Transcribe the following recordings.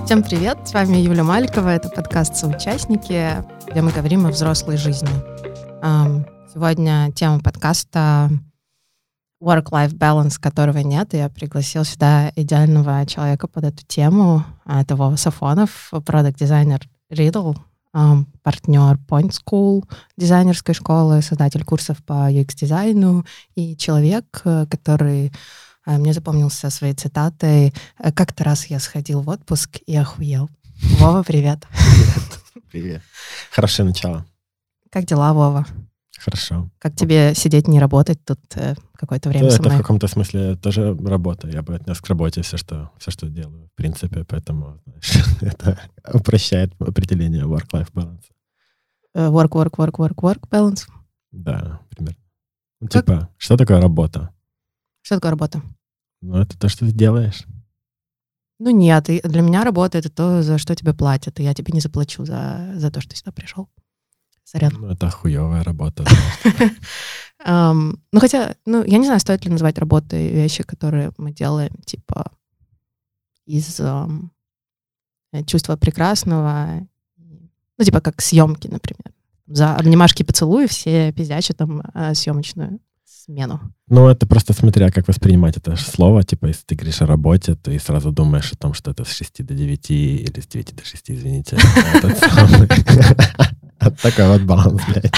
Всем привет, с вами Юля Маликова, это подкаст «Соучастники», где мы говорим о взрослой жизни. Сегодня тема подкаста work-life balance, которого нет, и я пригласил сюда идеального человека под эту тему. Это Вова Сафонов, продакт-дизайнер Riddle, партнер Point School, дизайнерской школы, создатель курсов по UX-дизайну и человек, который мне запомнился своей цитатой: «Как-то раз я сходил в отпуск и охуел». Вова, привет. Привет. Хорошее начало. Как дела, Вова? Хорошо. Как тебе сидеть, не работать тут какое-то время со мной? Это в каком-то смысле тоже работа. Я бы отнес к работе все, что делаю, в принципе. Поэтому, знаешь, это упрощает определение work-life balance. Work balance? Да, примерно. Типа, что такое работа? Что такое работа? Это то, что ты делаешь. Нет, для меня работа — это то, за что тебе платят, и я тебе не заплачу за то, что ты сюда пришел. Сорян. Это хуевая работа. Хотя, я не знаю, стоит ли называть работой вещи, которые мы делаем, типа, из чувства прекрасного, типа, как съемки, например. За обнимашки и поцелуи все пиздячат там съемочную смену. Это просто смотря, как воспринимать это слово. Типа, если ты говоришь о работе, ты сразу думаешь о том, что это с 6 до 9 или с 9 до 6, извините. Такой вот баланс, блядь.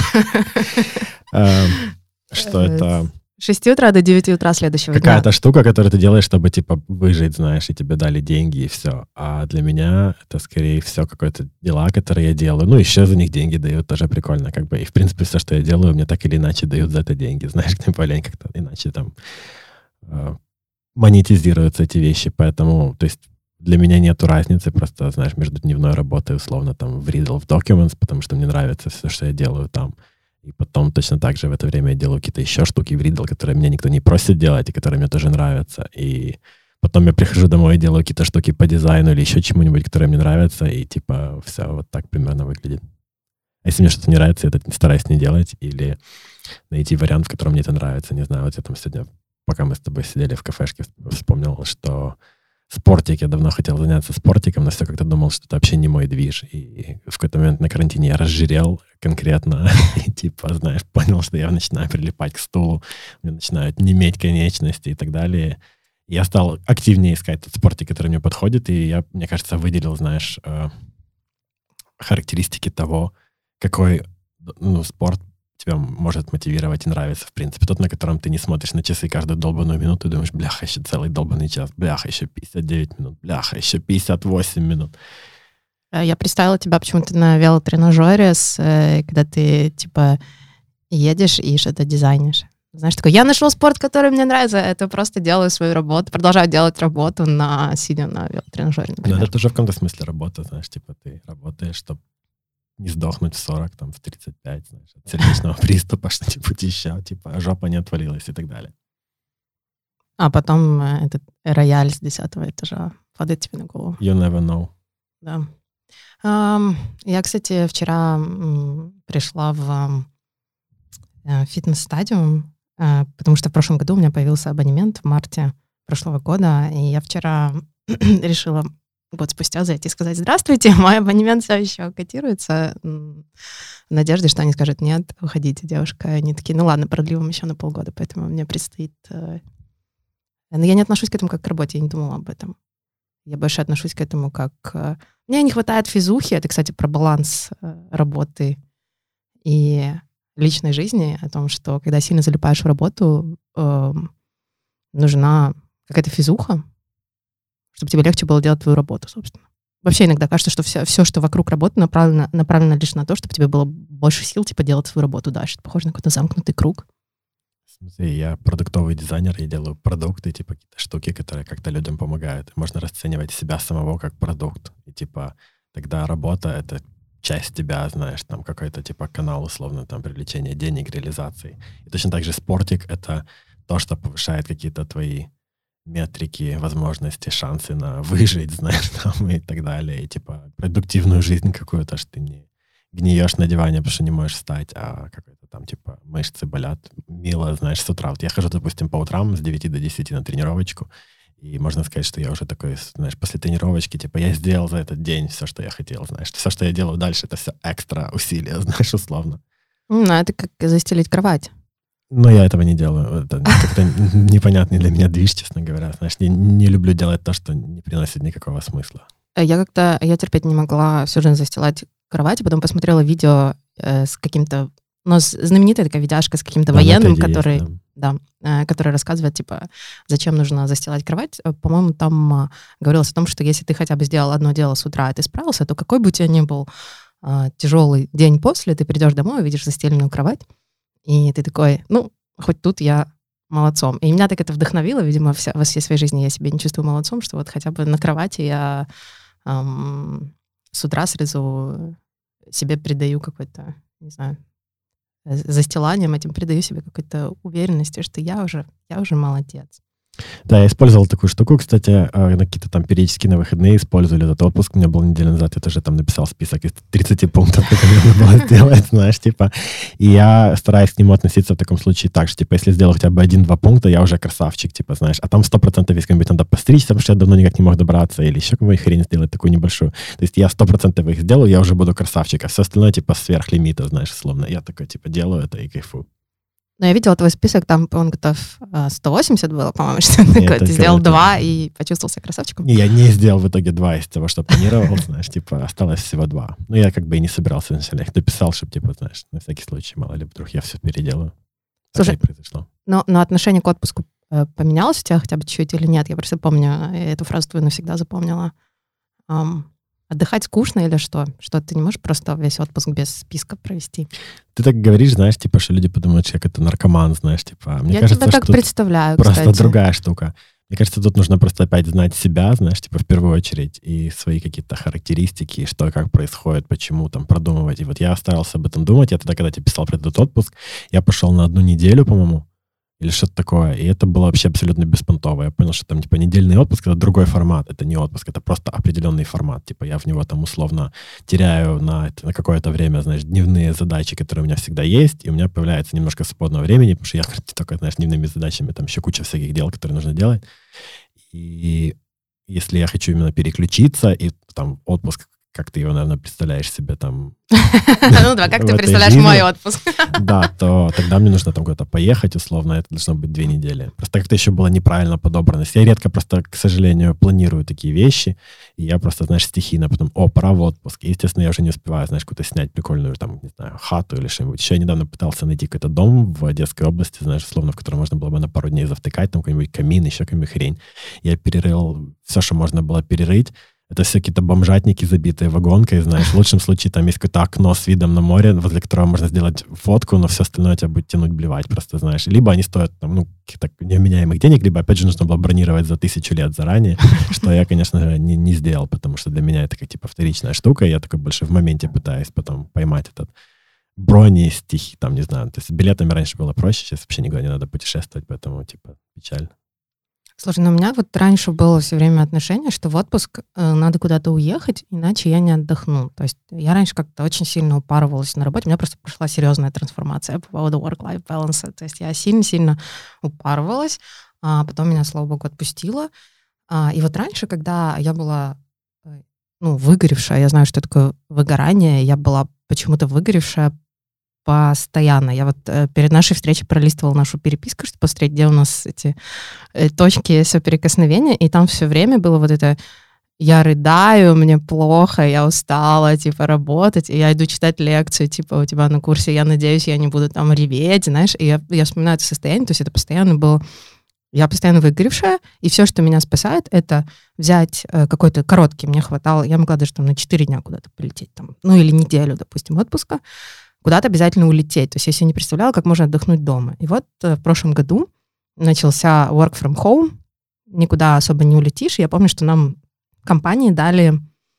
Что это... С 6 утра до 9 утра следующего дня. Какая-то штука, которую ты делаешь, чтобы, типа, выжить, знаешь, и тебе дали деньги, и все. А для меня это, скорее всего, какое-то дела, которые я делаю. Еще за них деньги дают, тоже прикольно, как бы. И, в принципе, все, что я делаю, мне так или иначе дают за это деньги. Знаешь, типа, лень как-то иначе там монетизируются эти вещи. Поэтому, то есть, для меня нету разницы просто, знаешь, между дневной работой, условно, там, в Riddle, в Documents, потому что мне нравится все, что я делаю там. И потом точно так же в это время я делаю какие-то еще штуки в Riddle, которые меня никто не просит делать, и которые мне тоже нравятся. И потом я прихожу домой и делаю какие-то штуки по дизайну или еще чему-нибудь, которое мне нравится, и типа все вот так примерно выглядит. А если мне что-то не нравится, я это стараюсь не делать или найти вариант, в котором мне это нравится. Не знаю, вот я там сегодня, пока мы с тобой сидели в кафешке, вспомнил, что спортик, я давно хотел заняться спортиком, но все как-то думал, что это вообще не мой движ. И в какой-то момент на карантине я разжирел конкретно. И типа, знаешь, понял, что я начинаю прилипать к стулу, мне начинают неметь конечности и так далее. И я стал активнее искать тот спортик, который мне подходит. И я, мне кажется, выделил, знаешь, характеристики того, какой спорт тебя может мотивировать и нравится, в принципе. Тот, на котором ты не смотришь на часы каждую долбанную минуту и думаешь: бляха, еще целый долбанный час, бляха, еще 59 минут, бляха, еще 58 минут. Я представила тебя почему-то на велотренажере, когда ты, типа, едешь и что-то дизайнишь. Знаешь, такой: я нашел спорт, который мне нравится, это просто делаю свою работу, продолжаю делать работу, сидя на велотренажере, например. Это тоже в каком-то смысле работа, знаешь, типа, ты работаешь, чтобы не сдохнуть в 40, там, в 35, знаешь, от сердечного приступа, что-нибудь еще, типа, жопа не отвалилась и так далее. А потом этот рояль с 10-го этажа падает тебе на голову. You never know. Да. Я, кстати, вчера пришла в фитнес-стадиум, потому что в прошлом году у меня появился абонемент в марте прошлого года, и я вчера решила год спустя зайти и сказать: здравствуйте, мой абонемент все еще котируется. В надежде, что они скажут: нет, уходите, девушка. Они такие: ладно, продлим еще на полгода, поэтому мне предстоит... Но я не отношусь к этому как к работе, я не думала об этом. Я больше отношусь к этому как... Мне не хватает физухи. Это, кстати, про баланс работы и личной жизни, о том, что когда сильно залипаешь в работу, нужна какая-то физуха, чтобы тебе легче было делать твою работу, собственно. Вообще иногда кажется, что все, что вокруг работы, направлено лишь на то, чтобы тебе было больше сил, типа, делать свою работу дальше. Это похоже на какой-то замкнутый круг. Я продуктовый дизайнер, я делаю продукты, типа, какие-то штуки, которые как-то людям помогают. Можно расценивать себя самого как продукт. И, типа, тогда работа — это часть тебя, знаешь, там какой-то, типа, канал, условно, там, привлечения денег, реализации. И точно так же спортик — это то, что повышает какие-то твои метрики, возможности, шансы на выжить, знаешь, там, и так далее. И, типа, продуктивную жизнь какую-то, что ты не гниешь на диване, потому что не можешь встать, а какой-то там, типа, мышцы болят. Мило, знаешь, с утра. Вот я хожу, допустим, по утрам с 9 до 10 на тренировочку, И можно сказать, что я уже такой, знаешь, после тренировочки, типа, я сделал за этот день все, что я хотел, знаешь. Все, что я делаю дальше, это все экстра усилия, знаешь, условно. Ну, это как застелить кровать. Но я этого не делаю. Это как-то непонятный для меня движ, честно говоря. Знаешь, не люблю делать то, что не приносит никакого смысла. Я терпеть не могла всю жизнь застилать кровать, потом посмотрела видео с каким-то, знаменитая такая видяшка с каким-то военным, который рассказывает, типа, зачем нужно застилать кровать. По-моему, там говорилось о том, что если ты хотя бы сделал одно дело с утра, и ты справился, то какой бы у тебя ни был тяжелый день после, ты придешь домой, увидишь застеленную кровать, и ты такой, хоть тут я молодцом. И меня так это вдохновило, видимо, во всей своей жизни я себя не чувствую молодцом, что вот хотя бы на кровати я с утра сразу себе придаю какой-то, не знаю, застиланием этим придаю себе какой-то уверенности, что я уже молодец. Да, я использовал такую штуку, кстати, на какие-то там периодически на выходные использовали этот отпуск. У меня был неделю назад, я тоже там написал список из 30 пунктов, которые нужно было сделать, знаешь, типа. И я стараюсь к нему относиться в таком случае так, что, типа, если сделал хотя бы 1-2 пункта, я уже красавчик, типа, знаешь. А там 100% если как-нибудь надо постричься, потому что я давно никак не мог добраться, или еще какую-нибудь хрень сделать такую небольшую. То есть я 100% их сделал, я уже буду красавчик, а все остальное, типа, сверх лимита, знаешь, условно. Я такой, типа, делаю это и кайфую. Но я видела твой список, там пунктов 180 было, по-моему, что такое. Ты сделал 2 и почувствовал себя красавчиком. Я не сделал в итоге 2 из того, что планировал, знаешь, типа, осталось всего 2. Но я как бы и не собирался изначально их дописал, чтобы, типа, знаешь, на всякий случай, мало ли, вдруг я все переделаю. Слушай, так произошло. Но отношение к отпуску поменялось у тебя хотя бы чуть-чуть или нет? Я просто помню, эту фразу твою навсегда запомнила. Отдыхать скучно или что? Что ты не можешь просто весь отпуск без списка провести? Ты так говоришь, знаешь, типа, что люди подумают, что я как-то наркоман, знаешь, типа. Мне я кажется, тебя так что представляю, просто кстати. другая штука. Мне кажется, тут нужно просто опять знать себя, знаешь, типа, в первую очередь, и свои какие-то характеристики, что и как происходит, почему, там, продумывать. И вот я старался об этом думать. Я тогда, когда тебе писал про этот отпуск, я пошел на 1 неделю, по-моему, или что-то такое. И это было вообще абсолютно беспонтово. Я понял, что там, типа, недельный отпуск — это другой формат. Это не отпуск, это просто определенный формат. Типа, я в него там условно теряю на какое-то время, знаешь, дневные задачи, которые у меня всегда есть, и у меня появляется немножко свободного времени, потому что я только, знаешь, дневными задачами, там еще куча всяких дел, которые нужно делать. И если я хочу именно переключиться, и там отпуск, как ты его, наверное, представляешь себе там... Как ты представляешь мой отпуск? Да, то тогда мне нужно там куда-то поехать, условно, это должно быть 2 недели. Просто как-то еще было неправильно подобрано. Я редко просто, к сожалению, планирую такие вещи, и я просто, знаешь, стихийно потом, пора в отпуск. И, естественно, я уже не успеваю, знаешь, куда-то снять прикольную, там, не знаю, хату или что-нибудь. Еще я недавно пытался найти какой-то дом в Одесской области, знаешь, условно, в котором можно было бы на пару дней завтыкать, там какой-нибудь камин, еще какую-нибудь хрень. Я перерыл все, что можно было перерыть. Это все какие-то бомжатники, забитые вагонкой, знаешь. В лучшем случае там есть какое-то окно с видом на море, возле которого можно сделать фотку, но все остальное тебя будет тянуть блевать просто, знаешь. Либо они стоят там, каких-то невменяемых денег, либо, опять же, нужно было бронировать за 1000 лет заранее, что я, конечно, не сделал, потому что для меня это как типа вторичная штука, я такой больше в моменте пытаюсь потом поймать этот брони, стихи, там, не знаю. То есть с билетами раньше было проще, сейчас вообще никуда не надо путешествовать, поэтому, типа, печально. Слушай, у меня вот раньше было все время отношение, что в отпуск надо куда-то уехать, иначе я не отдохну. То есть я раньше как-то очень сильно упарывалась на работе. У меня просто прошла серьезная трансформация по поводу work-life balance. То есть я сильно-сильно упарывалась, а потом меня, слава богу, отпустило. И вот раньше, когда я была выгоревшая, я знаю, что такое выгорание, я была почему-то выгоревшая постоянно. Я вот перед нашей встречей пролистывала нашу переписку, чтобы посмотреть, где у нас эти точки соприкосновения, и там все время было вот это «я рыдаю, мне плохо, я устала, типа, работать, и я иду читать лекцию, типа, у тебя на курсе, я надеюсь, я не буду там реветь», знаешь, и я вспоминаю это состояние, то есть это постоянно было... Я постоянно выгоревшая, и все, что меня спасает, это взять какой-то короткий, мне хватало, я могла даже там на 4 дня куда-то полететь, там, или неделю, допустим, отпуска, куда-то обязательно улететь. То есть я себе не представляла, как можно отдохнуть дома. И вот в прошлом году начался work from home, никуда особо не улетишь. Я помню, что нам в компании дали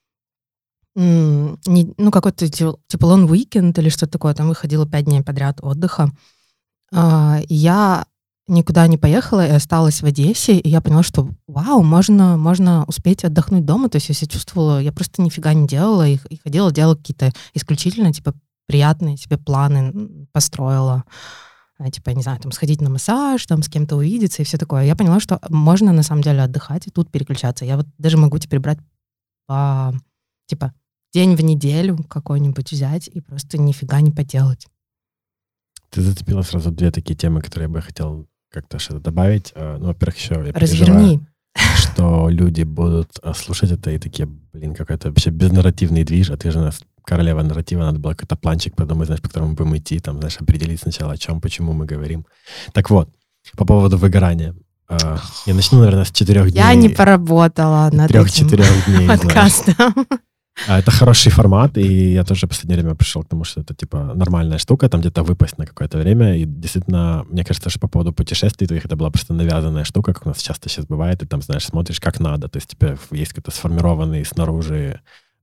какой-то типа long weekend или что-то такое. Там выходило 5 дней подряд отдыха. И я никуда не поехала и осталась в Одессе, и я поняла, что вау, можно успеть отдохнуть дома. То есть я себя чувствовала, я просто нифига не делала, и ходила, делала какие-то исключительно, типа, приятные себе планы, построила. типа, я не знаю, там, сходить на массаж, там, с кем-то увидеться и все такое. Я поняла, что можно, на самом деле, отдыхать и тут переключаться. Я вот даже могу теперь брать типа, день в неделю какой-нибудь взять и просто нифига не поделать. Ты зацепила сразу две такие темы, которые я бы хотел как-то что-то добавить. Ну, во-первых, еще я Разверни. что люди будут слушать это и такие, какой-то вообще безнарративный движ, а ты же у нас королева нарратива, надо было какой-то планчик продумать, знаешь, по которому будем идти, там, знаешь, определить сначала, о чем, почему мы говорим. Так вот, по поводу выгорания. Я начну, наверное, с 4 дней. Я не поработала над этим 3-4 дней, подкастом. Это хороший формат, и я тоже в последнее время пришел к тому, что это, типа, нормальная штука, там где-то выпасть на какое-то время, и действительно, мне кажется, что по поводу путешествий твоих это была просто навязанная штука, как у нас часто сейчас бывает, и там, знаешь, смотришь, как надо, то есть у тебя есть какой-то сформированный снаружи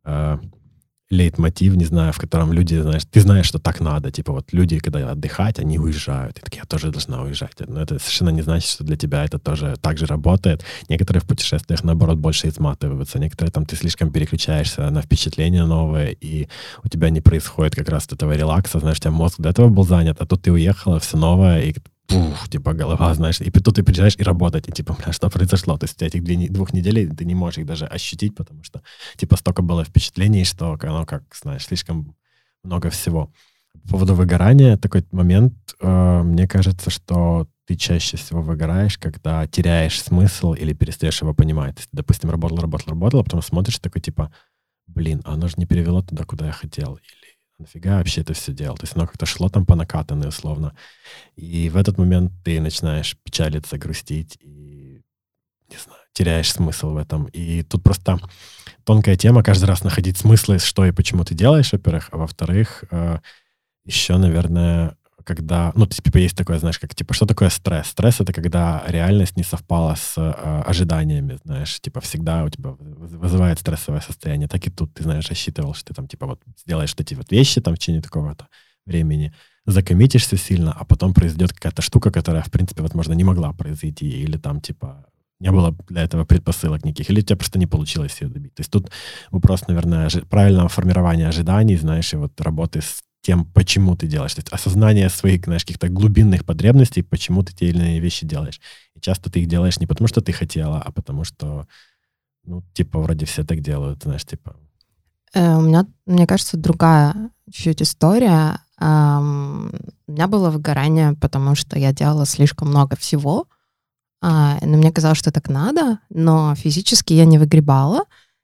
лейтмотив, не знаю, в котором люди, знаешь, ты знаешь, что так надо, типа вот люди, когда отдыхать, они уезжают, и такие, я тоже должна уезжать, но это совершенно не значит, что для тебя это тоже так же работает. Некоторые в путешествиях, наоборот, больше изматываются, некоторые там ты слишком переключаешься на впечатления новые, и у тебя не происходит как раз этого релакса, знаешь, у тебя мозг до этого был занят, а тут ты уехала, все новое, и типа голова, знаешь, и тут ты приезжаешь и работать, и типа, что произошло? То есть у тебя этих 2 недели ты не можешь их даже ощутить, потому что типа столько было впечатлений, что оно, как, знаешь, слишком много всего. По поводу выгорания такой момент, мне кажется, что ты чаще всего выгораешь, когда теряешь смысл или перестаешь его понимать. То есть, допустим, работал, а потом смотришь такой типа, оно же не перевело туда, куда я хотел, или нафига вообще это все делал? То есть оно как-то шло там по накатанной условно. И в этот момент ты начинаешь печалиться, грустить и, не знаю, теряешь смысл в этом. И тут просто тонкая тема каждый раз находить смыслы, что и почему ты делаешь, во-первых. А во-вторых, еще, наверное, когда... Ну, типа, есть такое, знаешь, как, типа, что такое стресс? Стресс — это когда реальность не совпала с ожиданиями, знаешь, типа, всегда у тебя вызывает стрессовое состояние. Так и тут, ты, знаешь, рассчитывал, что ты там, типа, вот сделаешь эти вот вещи там в течение такого-то времени, закоммитишься сильно, а потом произойдет какая-то штука, которая, в принципе, возможно, не могла произойти, или там, типа, не было для этого предпосылок никаких, или у тебя просто не получилось ее добить. То есть тут вопрос, наверное, правильного формирования ожиданий, знаешь, и вот работы с тем, почему ты делаешь. То есть осознание своих, знаешь, каких-то глубинных потребностей, почему ты те или иные вещи делаешь. И часто ты их делаешь не потому, что ты хотела, а потому что, ну, типа, вроде все так делают, знаешь, типа... У меня, мне кажется, другая чуть-чуть история. У меня было выгорание, потому что я делала слишком много всего, но мне казалось, что так надо, но физически я не выгребала.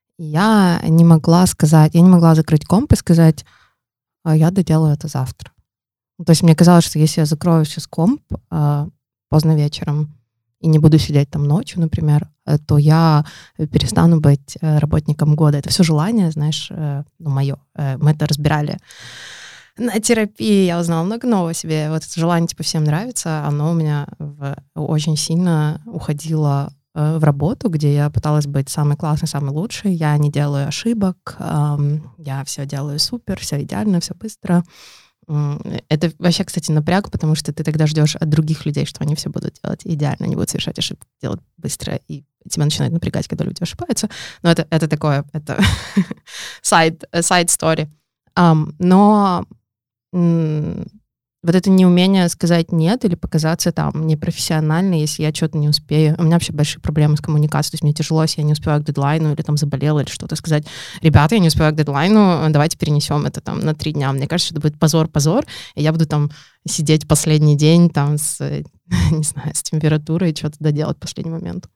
Я не могла закрыть комп и сказать, я доделаю это завтра. То есть мне казалось, что если я закрою сейчас комп поздно вечером и не буду сидеть там ночью, например, то я перестану быть работником года. Это все желание, знаешь, мое. Мы это разбирали на терапии, я узнала много нового о себе. Вот это желание, типа, всем нравится, оно у меня очень сильно уходило в работу, где я пыталась быть самой классной, самой лучшей. Я не делаю ошибок, я все делаю супер, все идеально, все быстро. Это вообще, кстати, напряг, потому что ты тогда ждешь от других людей, что они все будут делать идеально, они будут совершать ошибки, делать быстро, и тебя начинает напрягать, когда люди ошибаются. Но это такое, это side story. Но вот это неумение сказать «нет» или показаться там непрофессионально, если я что-то не успею. У меня вообще большие проблемы с коммуникацией. То есть мне тяжело, если я не успеваю к дедлайну или там заболела, или что-то сказать. Ребята, я не успеваю к дедлайну, давайте перенесем это там на 3 дня. Мне кажется, что это будет позор, и я буду там сидеть последний день там с, не знаю, с температурой и что-то доделать в последний момент.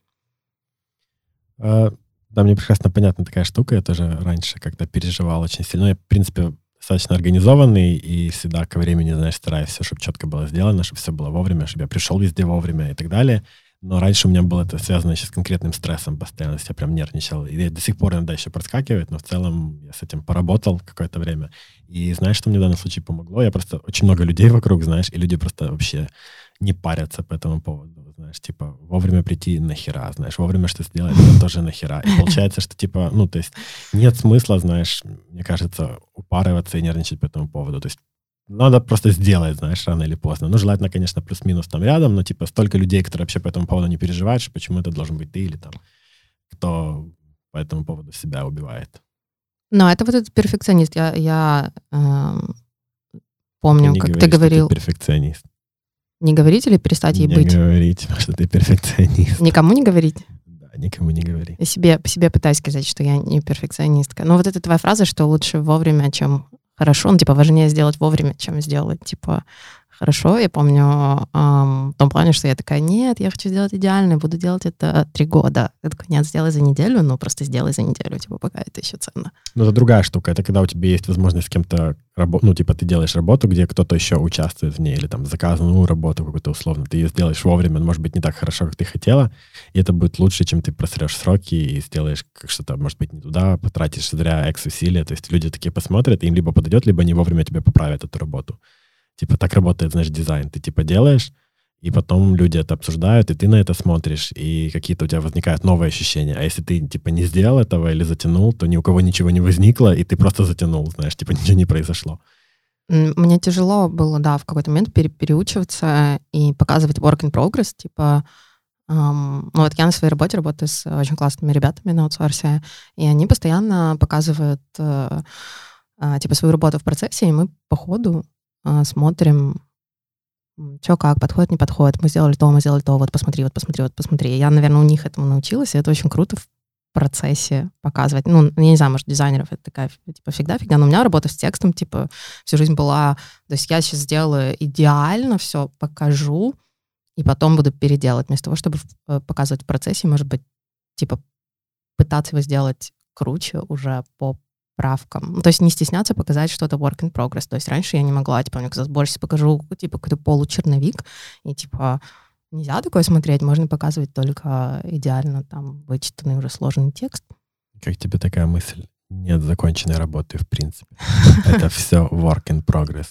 Да, мне прекрасно понятна такая штука. Я тоже раньше как-то переживал очень сильно. Я, в принципе, достаточно организованный и всегда ко времени, знаешь, стараюсь все, чтобы четко было сделано, чтобы все было вовремя, чтобы я пришел везде вовремя и так далее. Но раньше у меня было это связано еще с конкретным стрессом постоянно, я прям нервничал. И до сих пор иногда еще проскакивает, но в целом я с этим поработал какое-то время. И знаешь, что мне в данном случае помогло? Я просто... Очень много людей вокруг, знаешь, и люди просто вообще не парятся по этому поводу, знаешь, типа, вовремя прийти нахера, знаешь, вовремя что сделать, это тоже нахера. И получается, что, типа, ну, то есть нет смысла, знаешь, мне кажется, упарываться и нервничать по этому поводу. То есть надо просто сделать, знаешь, рано или поздно. Ну, желательно, конечно, плюс-минус там рядом, но, типа, столько людей, которые вообще по этому поводу не переживают, что почему это должен быть ты или там кто по этому поводу себя убивает. Но это вот этот перфекционист. Я помню, как ты говорил... Ты перфекционист. Не говорить или перестать ей быть? Не говорить, потому что ты перфекционист. Никому не говорить? Да, никому не говори. Я себе пытаюсь сказать, что я не перфекционистка. Но вот эта твоя фраза, что лучше вовремя, чем хорошо, важнее сделать вовремя, чем сделать, хорошо. Я помню в том плане, что я такая, нет, я хочу сделать идеально, буду делать это 3 года. Я такая, нет, сделай за неделю, просто сделай за неделю, пока это еще ценно. Но это другая штука. Это когда у тебя есть возможность с кем-то работать, ты делаешь работу, где кто-то еще участвует в ней, или там заказанную работу какую-то условно. Ты ее сделаешь вовремя, может быть, не так хорошо, как ты хотела, и это будет лучше, чем ты просрешь сроки и сделаешь что-то, может быть, не туда, потратишь зря экс-усилия. То есть люди такие посмотрят, и им либо подойдет, либо они вовремя тебе поправят эту работу. Так работает, дизайн. Ты, делаешь, и потом люди это обсуждают, и ты на это смотришь, и какие-то у тебя возникают новые ощущения. А если ты, не сделал этого или затянул, то ни у кого ничего не возникло, и ты просто затянул, ничего не произошло. Мне тяжело было, да, в какой-то момент переучиваться и показывать work in progress, я на своей работе работаю с очень классными ребятами на аутсорсе, и они постоянно показывают, свою работу в процессе, и мы по ходу смотрим, что как, подходит, не подходит. Мы сделали то, вот посмотри. Я, наверное, у них этому научилась, и это очень круто в процессе показывать. Я не знаю, может, дизайнеров это такая, всегда фигня, но у меня работа с текстом, всю жизнь была, то есть я сейчас сделаю идеально, все покажу, и потом буду переделать, вместо того, чтобы показывать в процессе, может быть, пытаться его сделать круче уже по правкам. То есть не стесняться показать что-то work in progress. То есть раньше я не могла, мне казалось, больше если покажу, какой-то получерновик, и, нельзя такое смотреть, можно показывать только идеально вычитанный уже сложный текст. Как тебе такая мысль? Нет законченной работы, в принципе. Это все work in progress.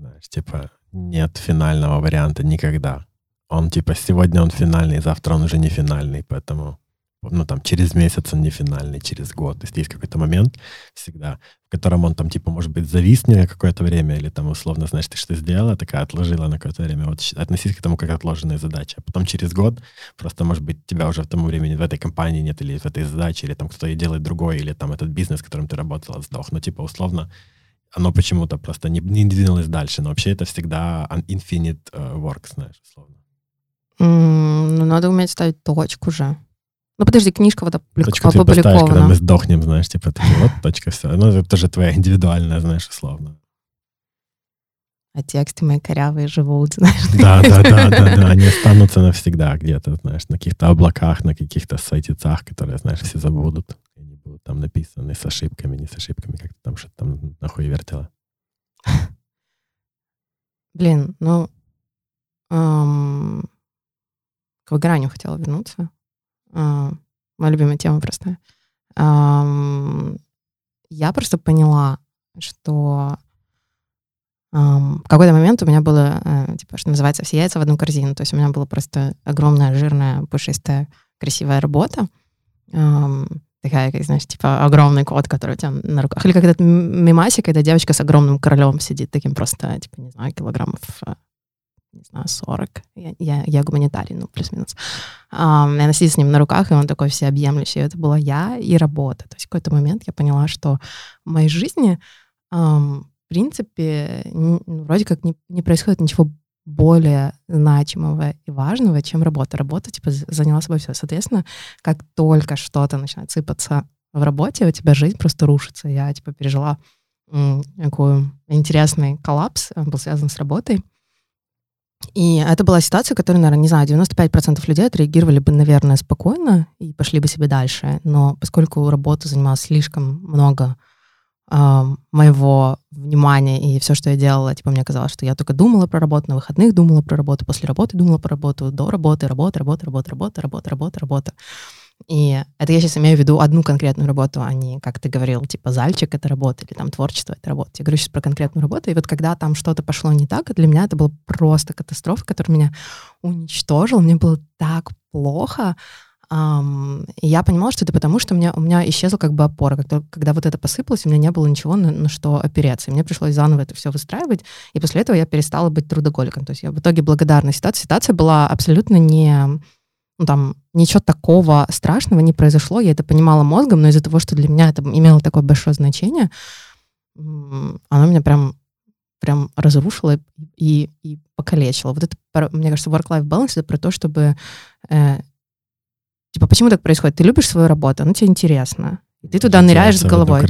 Нет финального варианта никогда. Он, сегодня он финальный, завтра он уже не финальный, поэтому через месяц он не финальный, через год. То есть какой-то момент всегда, в котором он может быть, завис на какое-то время, или условно, ты что сделала, такая отложила на какое-то время. Вот относись к этому как отложенные задачи. А потом через год просто, может быть, тебя уже в тому времени в этой компании нет, или в этой задаче, или кто-то и делает другой, или этот бизнес, в котором ты работала, сдох. Условно, оно почему-то просто не двинулось дальше. Но вообще это всегда infinite work, условно. Надо уметь ставить точку же. Подожди, книжка вот опубликована. Точку ты поставишь, когда мы сдохнем, точка, все. Это тоже твоя индивидуальная, условно. А тексты мои корявые живут, знаешь. Да. Они останутся навсегда где-то, на каких-то облаках, на каких-то сайтицах, которые, все забудут. Они будут там написаны с ошибками, не с ошибками, как ты что-то там нахуй вертела. Блин, к выгоранию хотела вернуться. Моя любимая тема просто. Я просто поняла, что в какой-то момент у меня было, что называется, все яйца в одну корзину. То есть у меня была просто огромная, жирная, пушистая, красивая работа. Такая, как, огромный кот, который у тебя на руках. Или как этот мемасик, когда девочка с огромным королем сидит, таким просто, не знаю, килограммов... 40. Я гуманитарий, плюс-минус. Я сидела с ним на руках, и он такой всеобъемлющий. Это была я и работа. То есть в какой-то момент я поняла, что в моей жизни, в принципе, вроде как не происходит ничего более значимого и важного, чем работа. Работа, заняла собой все. Соответственно, как только что-то начинает сыпаться в работе, у тебя жизнь просто рушится. Я, пережила такой интересный коллапс, был связан с работой. И это была ситуация, которая, наверное, 95% людей отреагировали бы, наверное, спокойно и пошли бы себе дальше. Но поскольку работа занимала слишком много моего внимания, и все, что я делала, мне казалось, что я только думала про работу, на выходных думала про работу, после работы думала про работу, до работы, работа. И это я сейчас имею в виду одну конкретную работу, а не, как ты говорил, зальчик — это работа, или творчество — это работа. Я говорю сейчас про конкретную работу, и вот когда там что-то пошло не так, для меня это была просто катастрофа, которая меня уничтожила, мне было так плохо, и я понимала, что это потому, что у меня исчезла опора. Когда вот это посыпалось, у меня не было ничего, на что опереться. И мне пришлось заново это все выстраивать, и после этого я перестала быть трудоголиком. То есть я в итоге благодарна ситуации. Ситуация была абсолютно ничего такого страшного не произошло, я это понимала мозгом, но из-за того, что для меня это имело такое большое значение, оно меня прям прям разрушила и покалечила. Вот это, мне кажется, work-life balance — это про то, чтобы... Типа, почему так происходит? Ты любишь свою работу, она тебе интересна. И ты туда ныряешь с головой.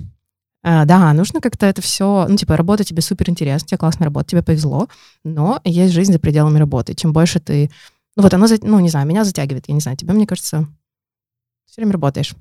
Да, нужно как-то это все... Ну, типа, работа тебе супер интересна, тебе классная работа, тебе повезло, но есть жизнь за пределами работы. Чем больше ты... Ну, вот оно, не знаю, меня затягивает, я не знаю, тебя, мне кажется, все время работаешь.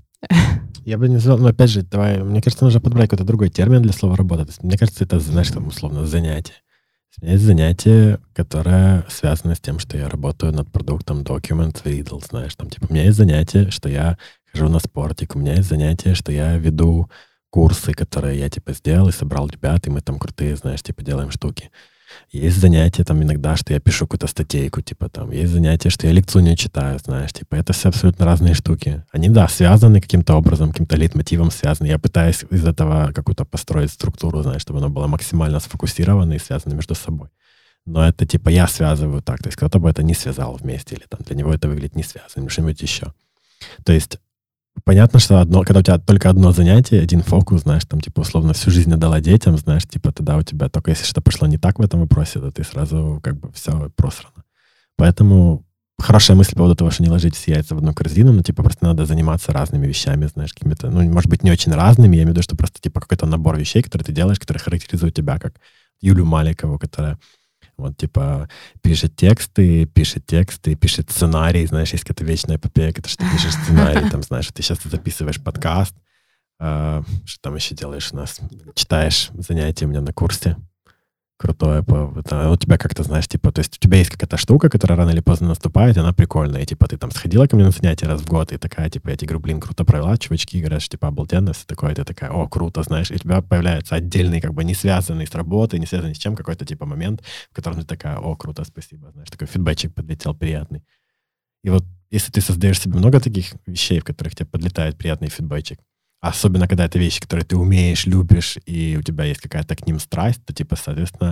Я бы не назвал, но опять же, давай, мне кажется, нужно подобрать какой-то другой термин для слова «работа». То есть, мне кажется, это, знаешь, там, условно, занятие. У меня есть занятие, которое связано с тем, что я работаю над продуктом Document Riddle, знаешь, там, типа, у меня есть занятие, что я хожу на спортик, у меня есть занятие, что я веду курсы, которые я, типа, сделал и собрал ребят, и мы там крутые, знаешь, типа, делаем штуки. Есть занятия там иногда, что я пишу какую-то статейку, типа там. Есть занятия, что я лекцию не читаю, знаешь, типа. Это все абсолютно разные штуки. Они, да, связаны каким-то образом, каким-то лейтмотивом связаны. Я пытаюсь из этого какую-то построить структуру, знаешь, чтобы оно было максимально сфокусировано и связано между собой. Но это, типа, я связываю так. То есть кто-то бы это не связал вместе, или там для него это выглядит не связанным, что-нибудь еще. То есть понятно, что когда у тебя только одно занятие, один фокус, знаешь, там, типа, условно, всю жизнь отдала детям, знаешь, типа, тогда у тебя только если что пошло не так в этом вопросе, то ты сразу, как бы, все просрано. Поэтому хорошая мысль по поводу того, что не ложить все яйца в одну корзину, но, типа, просто надо заниматься разными вещами, знаешь, какими-то, ну, может быть, не очень разными, я имею в виду, что просто, типа, какой-то набор вещей, которые ты делаешь, которые характеризуют тебя, как Юлю Маликову, которая вот, типа, пишет тексты, пишет сценарий, знаешь, есть какая-то вечная эпопея, это что ты пишешь сценарий, там, знаешь, ты сейчас записываешь подкаст, что там еще делаешь у нас? Читаешь занятия у меня на курсе, крутое, у тебя как-то, знаешь, типа, то есть у тебя есть какая-то штука, которая рано или поздно наступает, и она прикольная, и, типа, ты там сходила ко мне на занятия раз в год, и такая, типа, я тебе говорю, блин, круто провела, чувачки говорят, что, типа, обалденно, все такое, и ты такая, о, круто, знаешь, и у тебя появляется отдельный, как бы, не связанный с работой, не связанный с чем, какой-то, типа, момент, в котором ты такая, о, круто, спасибо, знаешь, такой фидбэчик подлетел приятный. И вот, если ты создаешь себе много таких вещей, в которых тебе подлетает приятный фидбэчик, особенно когда это вещи, которые ты умеешь, любишь, и у тебя есть какая-то к ним страсть, то, типа, соответственно,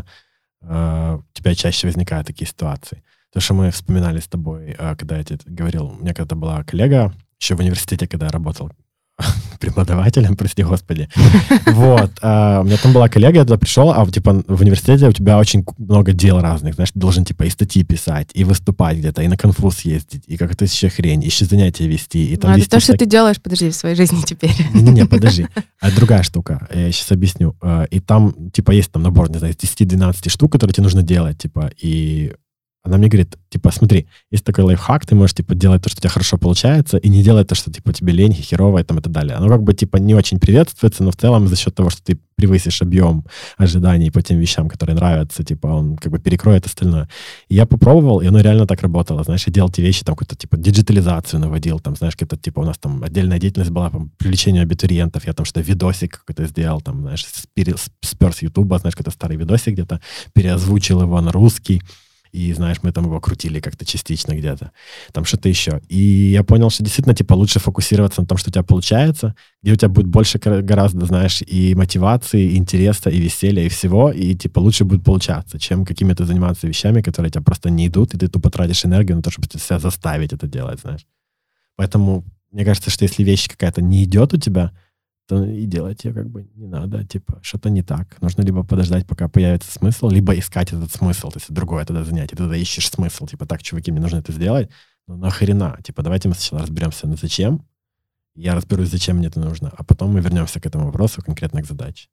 у тебя чаще возникают такие ситуации. То, что мы вспоминали с тобой, когда я тебе говорил, у меня когда-то была коллега, еще в университете, когда я работал преподавателем, прости господи. Вот. У меня там была коллега, я туда пришел, а типа в университете у тебя очень много дел разных, знаешь, ты должен типа и статьи писать, и выступать где-то, и на конфуз ездить, и как-то еще хрень, еще занятия вести. И там это то, что ты делаешь, подожди, в своей жизни теперь. Не, подожди. А другая штука, я сейчас объясню. И там, типа, есть там набор, не знаю, из 10-12 штук, которые тебе нужно делать, типа, и она мне говорит, типа, смотри, есть такой лайфхак, ты можешь, типа, делать то, что у тебя хорошо получается, и не делать то, что, типа, тебе лень, херово и там и так далее. Оно как бы, типа, не очень приветствуется, но в целом за счет того, что ты превысишь объем ожиданий по тем вещам, которые нравятся, типа, он как бы перекроет остальное. И я попробовал, и оно реально так работало, знаешь, я делал те вещи, там, какую-то, типа, диджитализацию наводил, там, знаешь, какая-то, типа, у нас там отдельная деятельность была по привлечению абитуриентов, я там что-то видосик какой-то сделал, там, знаешь, спер с Ютуба, знаешь, какой-то старый видосик где-то, переозвучил его на русский, и, знаешь, мы там его крутили как-то частично где-то. Там что-то еще. И я понял, что действительно, типа, лучше фокусироваться на том, что у тебя получается, где у тебя будет больше гораздо, знаешь, и мотивации, и интереса, и веселья, и всего, и, типа, лучше будет получаться, чем какими-то заниматься вещами, которые тебя просто не идут, и ты тупо тратишь энергию на то, чтобы себя заставить это делать, знаешь. Поэтому мне кажется, что если вещь какая-то не идет у тебя, то и делать ее как бы не надо, типа, что-то не так. Нужно либо подождать, пока появится смысл, либо искать этот смысл, то есть другое тогда занятие, ты тогда ищешь смысл, типа, так, чуваки, мне нужно это сделать, но нахрена, типа, давайте мы сначала разберемся, на зачем, я разберусь, зачем мне это нужно, а потом мы вернемся к этому вопросу, конкретно к задаче.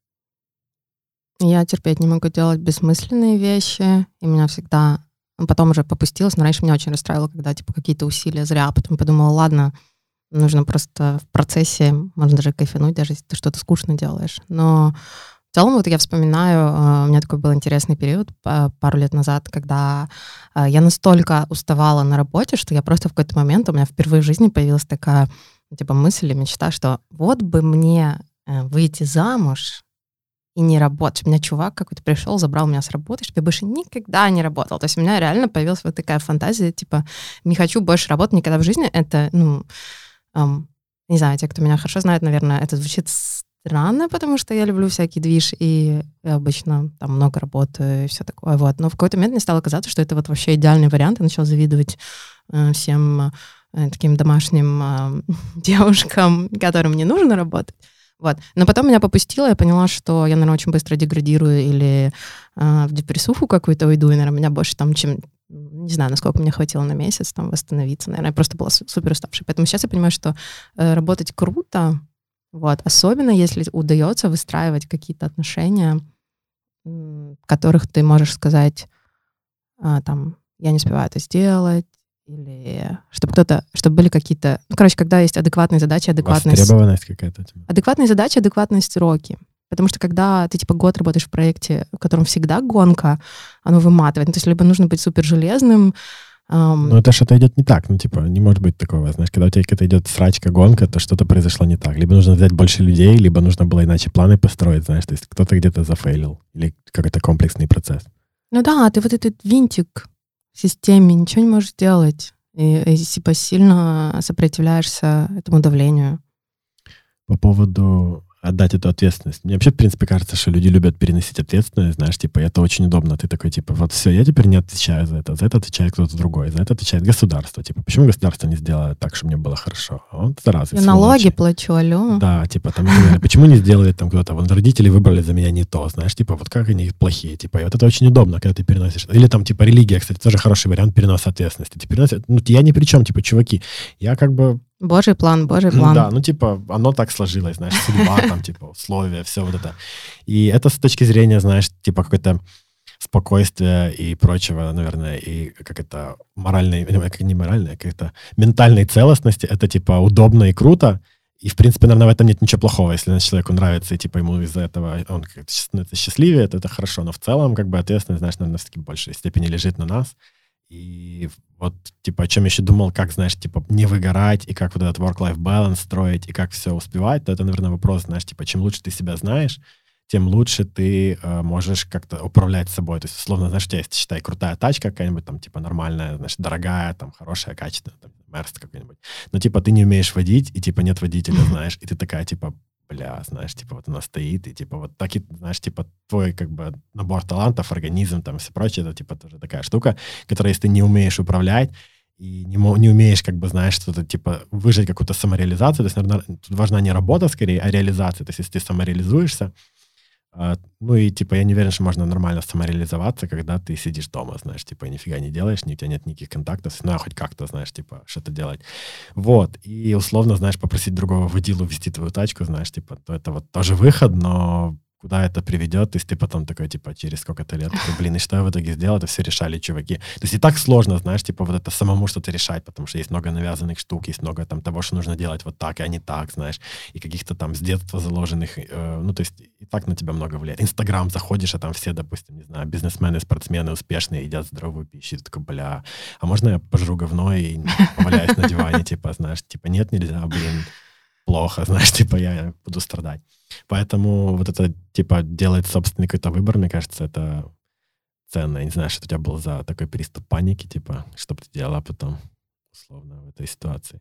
Я терпеть не могу делать бессмысленные вещи, и меня всегда, потом уже попустилась, но раньше меня очень расстраивало, когда, типа, какие-то усилия зря, а потом подумала, ладно, нужно просто в процессе, можно даже кайфануть, даже если ты что-то скучно делаешь. Но в целом вот я вспоминаю, у меня такой был интересный период пару лет назад, когда я настолько уставала на работе, что я просто в какой-то момент, у меня впервые в жизни появилась такая типа мысль и мечта, что вот бы мне выйти замуж и не работать. У меня чувак какой-то пришел, забрал меня с работы, чтобы я больше никогда не работала. То есть у меня реально появилась вот такая фантазия, типа, не хочу больше работать никогда в жизни. Это, не знаю, те, кто меня хорошо знает, наверное, это звучит странно, потому что я люблю всякий движ, и я обычно там много работаю и все такое. Вот. Но в какой-то момент мне стало казаться, что это вот вообще идеальный вариант. Я начала завидовать всем таким домашним девушкам, которым не нужно работать. Вот. Но потом меня попустило, я поняла, что я, наверное, очень быстро деградирую или в депрессуху какую-то уйду, и, наверное, меня больше там, чем... Не знаю, насколько мне хватило на месяц там восстановиться. Наверное, я просто была супер уставшей. Поэтому сейчас я понимаю, что работать круто, вот, особенно если удается выстраивать какие-то отношения, в которых ты можешь сказать, там, я не успеваю это сделать, или чтобы были какие-то... Ну, короче, когда есть адекватные задачи, Востребованность какая-то у тебя. Адекватные задачи, адекватные сроки. Потому что когда ты, типа, год работаешь в проекте, в котором всегда гонка, оно выматывает. Ну, то есть либо нужно быть супер железным. Но это что-то идет не так. Ну, типа, не может быть такого. Знаешь, когда у тебя какая-то идет срачка, гонка, то что-то произошло не так. Либо нужно взять больше людей, либо нужно было иначе планы построить, знаешь. То есть кто-то где-то зафейлил. Или какой-то комплексный процесс. Ну да, ты вот этот винтик в системе, ничего не можешь делать. И типа, сильно сопротивляешься этому давлению. По поводу отдать эту ответственность. Мне вообще, в принципе, кажется, что люди любят переносить ответственность, знаешь, типа, это очень удобно. Ты такой, типа, вот все, я теперь не отвечаю за это отвечает кто-то другой, за это отвечает государство. Типа, почему государство не сделало так, чтобы мне было хорошо? А он зараза. Я налоги плачу, алло. Да, типа, там, почему не сделали там кто-то, вот родители выбрали за меня не то, знаешь, типа, вот как они плохие, типа, и вот это очень удобно, когда ты переносишь. Или там, типа, религия, кстати, тоже хороший вариант переноса ответственности. Ты переносишь, ну, я ни при чем, типа, чуваки, я как бы... Божий план, Божий план. Да, ну, типа, оно так сложилось, знаешь, судьба, там, типа, условия, все вот это. И это с точки зрения, знаешь, типа, какой-то спокойствия и прочего, наверное, и как это моральной, не моральной, как это ментальной целостности, это, типа, удобно и круто. И, в принципе, наверное, в этом нет ничего плохого. Если человеку нравится, и, типа, ему из-за этого он как-то становится счастливее, то это хорошо. Но в целом, как бы, ответственность, знаешь, наверное, в большей степени лежит на нас. И вот, типа, о чем я еще думал, как, знаешь, типа, не выгорать, и как вот этот work-life balance строить, и как все успевать, то это, наверное, вопрос, знаешь, типа, чем лучше ты себя знаешь, тем лучше ты можешь как-то управлять собой. То есть, условно, знаешь, у тебя есть, считай, крутая тачка какая-нибудь, там, типа, нормальная, знаешь, дорогая, там, хорошая, качественная, там, Мерс какой-нибудь. Но, типа, ты не умеешь водить, и, типа, нет водителя, знаешь, и ты такая, типа, бля, знаешь, типа, вот она стоит, и, типа, вот так и, знаешь, типа, твой, как бы, набор талантов, организм, там, все прочее, это, типа, тоже такая штука, которая, если ты не умеешь управлять, и не умеешь, как бы, знаешь, что-то, типа, выжить какую-то самореализацию, то есть, наверное, тут важна не работа, скорее, а реализация, то есть, если ты самореализуешься, ну и, типа, я не уверен, что можно нормально самореализоваться, когда ты сидишь дома, знаешь, типа, и нифига не делаешь, у тебя нет никаких контактов, ну, а хоть как-то, знаешь, типа, что-то делать. Вот. И, условно, знаешь, попросить другого водилу вести твою тачку, знаешь, типа, то это вот тоже выход, но куда это приведет, то есть ты потом такой, типа, через сколько-то лет, такой, блин, и что я в итоге сделал? Это все решали чуваки. То есть и так сложно, знаешь, типа, вот это самому что-то решать, потому что есть много навязанных штук, есть много там того, что нужно делать вот так, а не так, знаешь, и каких-то там с детства заложенных, ну, то есть и так на тебя много влияет. Инстаграм заходишь, а там все, допустим, не знаю, бизнесмены, спортсмены успешные, едят здоровую пищу, и ты такой, бля, а можно я пожру говно и поваляюсь на диване, типа, знаешь, типа, нет, нельзя, блин, плохо, знаешь, типа, я буду страдать. Поэтому вот это, типа, делать собственный какой-то выбор, мне кажется, это ценно. Я не знаю, что у тебя был за такой приступ паники, типа, что бы ты делала потом, условно, в этой ситуации.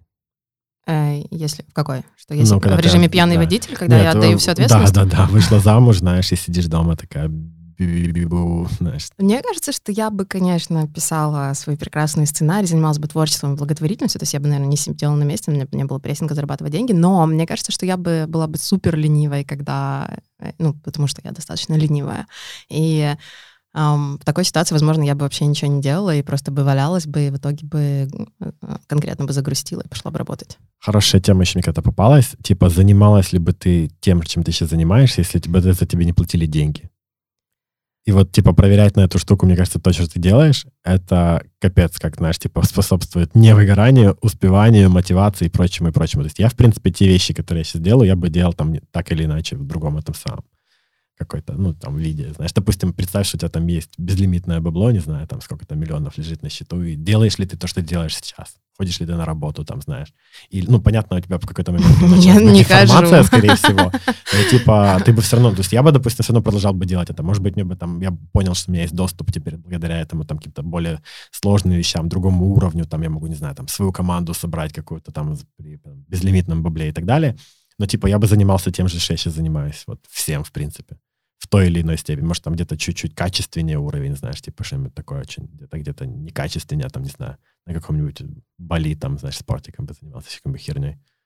Если в какой? Что если в режиме пьяный водитель, когда я отдаю всю ответственность? Да, вышла замуж, знаешь, и сидишь дома такая, знаешь. Мне кажется, что я бы, конечно, писала свой прекрасный сценарий, занималась бы творчеством и благотворительностью, то есть я бы, наверное, не сидела на месте, у меня бы не было прессинга зарабатывать деньги, но мне кажется, что я бы была бы супер ленивой, когда, ну, потому что я достаточно ленивая. И в такой ситуации, возможно, я бы вообще ничего не делала и просто бы валялась бы, и в итоге бы конкретно бы загрустила и пошла бы работать. Хорошая тема еще мне когда-то попалась. Типа, занималась ли бы ты тем, чем ты сейчас занимаешься, если за тебе не платили деньги? И вот, типа, проверять на эту штуку, мне кажется, то, что ты делаешь, это капец, как, знаешь, типа, способствует невыгоранию, успеванию, мотивации и прочему, и прочему. То есть я, в принципе, те вещи, которые я сейчас делаю, я бы делал там так или иначе в другом этом самом какой-то, ну, там, виде. Знаешь, допустим, представь, что у тебя там есть безлимитное бабло, не знаю, там сколько-то миллионов лежит на счету, и делаешь ли ты то, что делаешь сейчас? Ходишь ли ты на работу, там, знаешь? И, ну, понятно, у тебя в какой-то момент началась информация, скорее всего. Но, типа, ты бы все равно, то есть я бы, допустим, все равно продолжал бы делать это. Может быть, мне бы там, я понял, что у меня есть доступ теперь благодаря этому, там, каким-то более сложным вещам, другому уровню, там, я могу, не знаю, там, свою команду собрать какую-то там при безлимитном бабле и так далее. Но, типа, я бы занимался тем же, что я сейчас занимаюсь. Вот всем, в принципе. В той или иной степени. Может, там где-то чуть-чуть качественнее уровень, знаешь, типа что-нибудь такое очень, где-то некачественнее, там, не знаю, на каком-нибудь Бали, там, знаешь, спортиком бы занимался, всякой херней.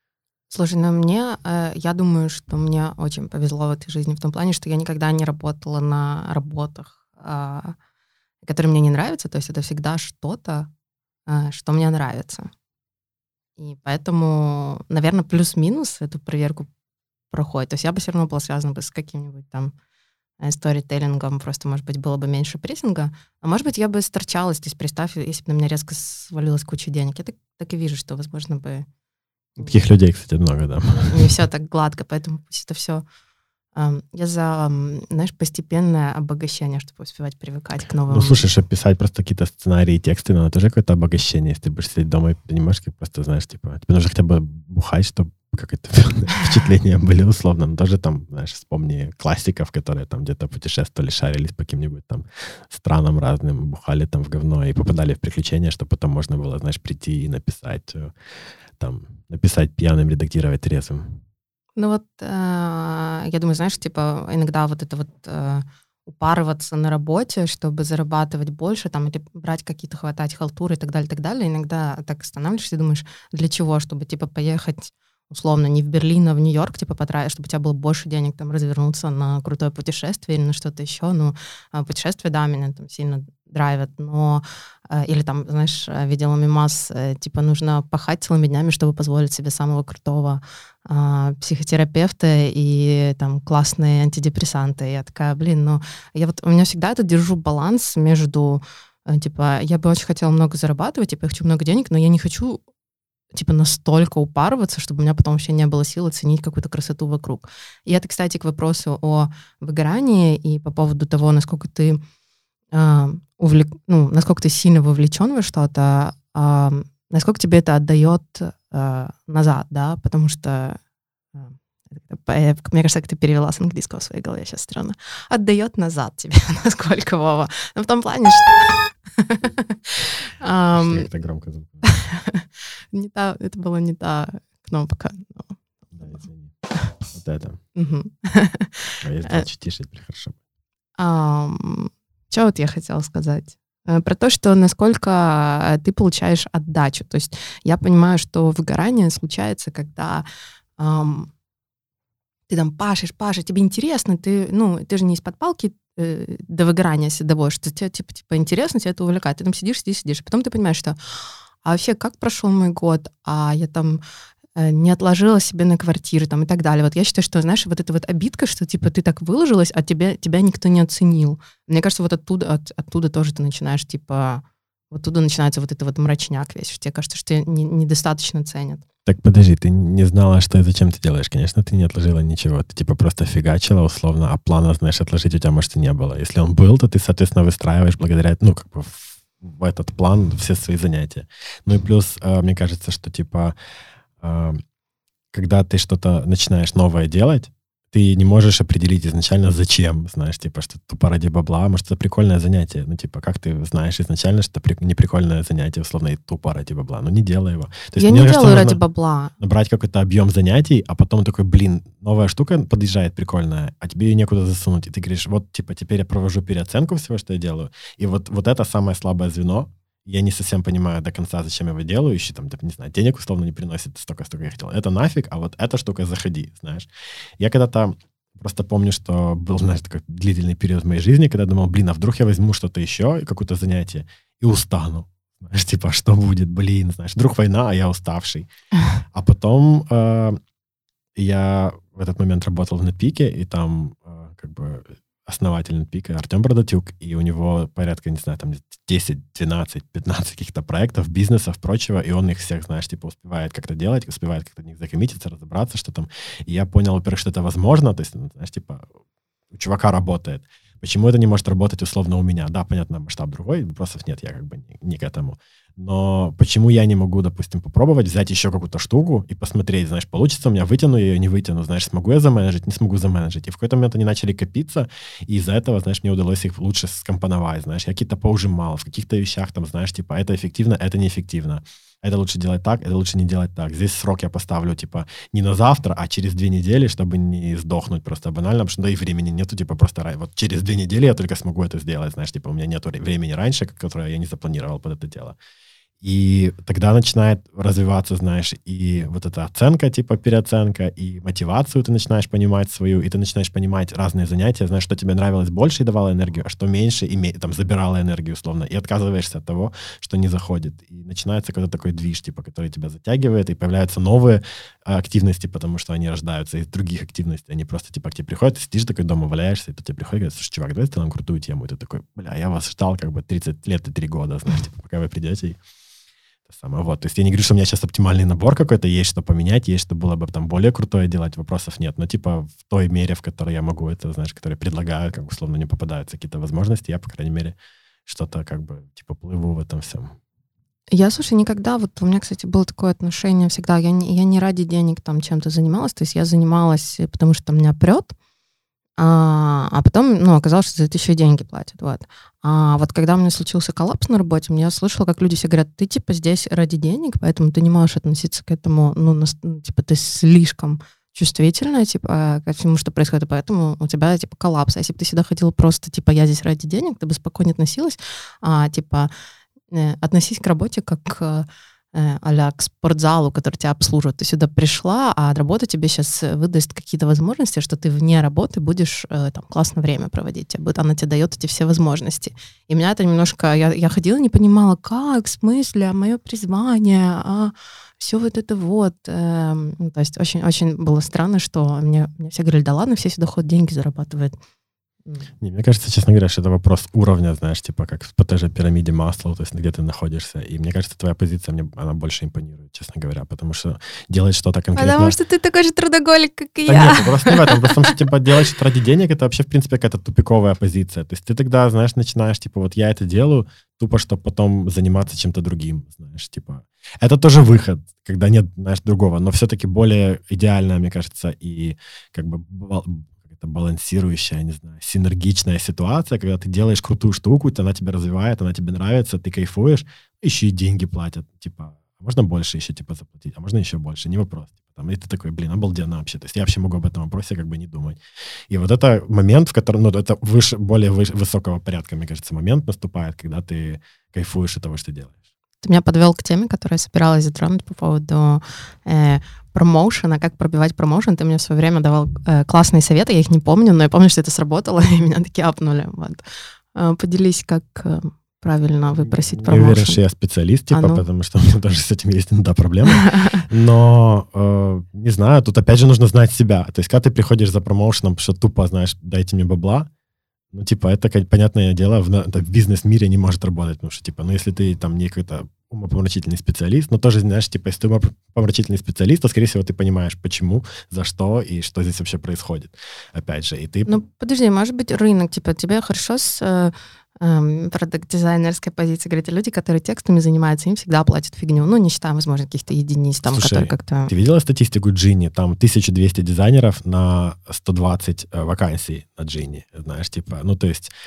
Слушай, я думаю, что мне очень повезло в этой жизни в том плане, что я никогда не работала на работах, которые мне не нравятся, то есть это всегда что-то, что мне нравится. И поэтому, наверное, плюс-минус эту проверку проходит. То есть я бы все равно была связана бы с каким-нибудь там сторителлингом, просто, может быть, было бы меньше прессинга, а может быть, я бы сторчалась. То есть представь, если бы на меня резко свалилась куча денег. Я так и вижу, что, возможно, бы... Таких людей, кстати, много, да. Не все так гладко, поэтому пусть это все... Я за, знаешь, постепенное обогащение, чтобы успевать привыкать к новым... Ну, слушай, чтобы писать просто какие-то сценарии, тексты, надо тоже какое-то обогащение. Если ты будешь сидеть дома и понимаешь, как просто, знаешь, типа, тебе нужно хотя бы бухать, чтобы какое-то впечатления были условно. Но тоже там, знаешь, вспомни классиков, которые там где-то путешествовали, шарились по каким-нибудь там странам разным, бухали там в говно и попадали в приключения, чтобы потом можно было, знаешь, прийти и написать пьяным, редактировать трезвым. Ну вот, я думаю, знаешь, типа, иногда вот это вот упарываться на работе, чтобы зарабатывать больше, там, или брать какие-то, хватать халтуры и так далее, иногда так останавливаешься и думаешь, для чего? Чтобы, типа, поехать, условно, не в Берлин, а в Нью-Йорк, типа, потратить, чтобы у тебя было больше денег, там, развернуться на крутое путешествие или на что-то еще. Ну, путешествия, да, меня там сильно драйвят, но... Или там, знаешь, видела мемас, типа, нужно пахать целыми днями, чтобы позволить себе самого крутого психотерапевта и там классные антидепрессанты. Я такая, блин, у меня всегда это держу баланс между, типа, я бы очень хотела много зарабатывать, типа, я хочу много денег, но я не хочу, типа, настолько упарываться, чтобы у меня потом вообще не было сил оценить какую-то красоту вокруг. И это, кстати, к вопросу о выгорании и по поводу того, насколько ты насколько ты сильно вовлечен во что-то, насколько тебе это отдает назад, да, потому что, мне кажется, как ты перевела с английского в своей голове, сейчас странно, отдает назад тебе, насколько, Вова. Ну, в том плане, что... Это громко звучит. Это была не та кнопка. Да, извини. Вот это. А если чуть тише, теперь хорошо. Что вот я хотела сказать? Про то, что насколько ты получаешь отдачу. То есть я понимаю, что выгорание случается, когда ты там пашешь, тебе интересно, ты же не из-под палки до выгорания себя доводишь, тебе типа интересно, тебя это увлекает. Ты там сидишь, а потом ты понимаешь, что а вообще как прошел мой год, а я там не отложила себе на квартиру там, и так далее. Вот я считаю, что, знаешь, вот эта вот обидка, что типа ты так выложилась, а тебя никто не оценил. Мне кажется, вот оттуда тоже ты начинаешь, типа, вот оттуда начинается вот это вот мрачняк весь, что тебе кажется, что тебя недостаточно ценят. Так подожди, ты не знала, что и зачем ты делаешь. Конечно, ты не отложила ничего. Ты типа просто фигачила условно, а плана, знаешь, отложить у тебя, может, и не было. Если он был, то ты, соответственно, выстраиваешь благодаря, в этот план все свои занятия. Ну и плюс, мне кажется, что типа когда ты что-то начинаешь новое делать, ты не можешь определить изначально, зачем, знаешь, типа, что тупо ради бабла, может, это прикольное занятие, ну, типа, как ты знаешь изначально, что это не прикольное занятие, условно, и тупо ради бабла, ну, не делай его. То есть, я не делаю ради бабла. Набрать какой-то объем занятий, а потом такой, блин, новая штука подъезжает прикольная, а тебе ее некуда засунуть, и ты говоришь, вот, типа, теперь я провожу переоценку всего, что я делаю, и вот это самое слабое звено. Я не совсем понимаю до конца, зачем я его делаю, еще там, не знаю, денег условно не приносит столько я хотел. Это нафиг, а вот эта штука заходи, знаешь. Я когда-то просто помню, что был, знаешь, такой длительный период в моей жизни, когда думал, блин, а вдруг я возьму что-то еще, какое-то занятие, и устану. Знаешь, типа, что будет, блин, знаешь, вдруг война, а я уставший. А потом я в этот момент работал в Netpeak, и там как бы основатель Netpeak Артем Бородатюк, и у него порядка, не знаю, там 10, 12, 15 каких-то проектов, бизнесов, прочего, и он их всех, знаешь, типа успевает как-то делать, успевает как-то в них закоммититься, разобраться, что там. И я понял, во-первых, что это возможно, то есть, знаешь, типа, у чувака работает. Почему это не может работать условно у меня? Да, понятно, масштаб другой, вопросов нет, я как бы не к этому. Но почему я не могу, допустим, попробовать взять еще какую-то штуку и посмотреть, знаешь, получится у меня, вытяну я ее, не вытяну, знаешь, смогу я заменеджить, не смогу заменеджить. И в какой-то момент они начали копиться, и из-за этого, знаешь, мне удалось их лучше скомпоновать, знаешь, я какие-то поужимал, в каких-то вещах там, знаешь, типа, это эффективно, это неэффективно. Это лучше делать так, это лучше не делать так. Здесь срок я поставлю, типа, не на завтра, а через 2 недели, чтобы не сдохнуть просто банально, потому что да и времени нету, типа, просто вот через 2 недели я только смогу это сделать, знаешь, типа, у меня нету времени раньше, которое я не запланировал под это дело. И тогда начинает развиваться, знаешь, и вот эта оценка, типа переоценка, и мотивацию ты начинаешь понимать свою, и ты начинаешь понимать разные занятия, знаешь, что тебе нравилось больше и давало энергию, а что меньше и там забирало энергию, условно, и отказываешься от того, что не заходит. И начинается какой-то такой движ, типа, который тебя затягивает, и появляются новые активности, потому что они рождаются из других активностей. Они просто, типа, к тебе приходят, ты сидишь такой дома, валяешься, и тут тебе приходит и говорят: слушай, чувак, давай сделаем крутую тему. И ты такой: бля, я вас ждал как бы 30 лет и 3 года, знаешь, типа, пока вы придете. Самое. Вот. То есть я не говорю, что у меня сейчас оптимальный набор какой-то, есть что поменять, есть что было бы там более крутое делать, вопросов нет. Но типа в той мере, в которой я могу это, знаешь, которые предлагают, как условно не попадаются какие-то возможности, я, по крайней мере, что-то как бы типа плыву в этом всем. Я, слушай, никогда, вот у меня, кстати, было такое отношение всегда, я не ради денег там чем-то занималась, то есть я занималась, потому что меня прет, а потом, ну, оказалось, что за это еще и деньги платят, вот. А вот когда у меня случился коллапс на работе, я слышала, как люди все говорят: ты, типа, здесь ради денег, поэтому ты не можешь относиться к этому, ну, типа, ты слишком чувствительная, типа, ко всему, что происходит, и поэтому у тебя, типа, коллапс. А если бы ты всегда ходила просто, типа, я здесь ради денег, ты бы спокойно относилась, типа, относись к работе как а-ля к спортзалу, который тебя обслуживает. Ты сюда пришла, а работа тебе сейчас выдаст какие-то возможности, что ты вне работы будешь там классно время проводить. Она тебе дает эти все возможности. И меня это немножко... Я ходила, не понимала, как, в смысле, мое призвание, все вот это вот. То есть очень было странно, что мне все говорили: да ладно, все сюда ходят, деньги зарабатывают. Не, мне кажется, честно говоря, что это вопрос уровня, знаешь, типа как по той же пирамиде Маслоу, то есть где ты находишься. И мне кажется, твоя позиция она больше импонирует, честно говоря, потому что делать что-то конкретно... Потому что ты такой же трудоголик, как и да я. Нет, просто не в этом. Просто, что, типа, делать что-то ради денег, это вообще, в принципе, какая-то тупиковая позиция. То есть ты тогда, знаешь, начинаешь, типа, вот я это делаю, тупо, чтобы потом заниматься чем-то другим, знаешь, типа... Это тоже выход, когда нет, знаешь, другого, но все-таки более идеальная, мне кажется, и как бы... это балансирующая, не знаю, синергичная ситуация, когда ты делаешь крутую штуку, она тебя развивает, она тебе нравится, ты кайфуешь, еще и деньги платят, типа, можно больше еще, типа, заплатить, а можно еще больше, не вопрос. Типа, там, и ты такой: блин, обалденно вообще. То есть я вообще могу об этом вопросе как бы не думать. И вот это момент, в котором, ну, это более высокого порядка, мне кажется, момент наступает, когда ты кайфуешь от того, что делаешь. Ты меня подвел к теме, которую я собиралась затронуть по поводу промоушена, как пробивать промоушен. Ты мне в свое время давал классные советы, я их не помню, но я помню, что это сработало, и меня таки апнули. Вот. Поделись, как правильно выпросить промоушен. Я уверен, что я специалист, типа, потому что у меня даже с этим есть иногда проблемы. Но, не знаю, тут опять же нужно знать себя. То есть, когда ты приходишь за промоушеном, потому что тупо, знаешь, дайте мне бабла, ну, типа, это, понятное дело, в бизнес-мире не может работать, потому что, типа, ну, если ты там не какой-то умопомрачительный специалист, но тоже, знаешь, типа, если ты умопомрачительный специалист, то, скорее всего, ты понимаешь, почему, за что и что здесь вообще происходит. Опять же, и ты... Ну, подожди, может быть, рынок, типа, тебе хорошо с продакт-дизайнерской позиции, говорят, люди, которые текстами занимаются, им всегда платят фигню. Ну, не считая, возможно, каких-то единиц, там, Слушай, которые как-то... ты видела статистику Джинни? Там 1200 дизайнеров на 120 вакансий на Джинни, знаешь, типа, ну, то есть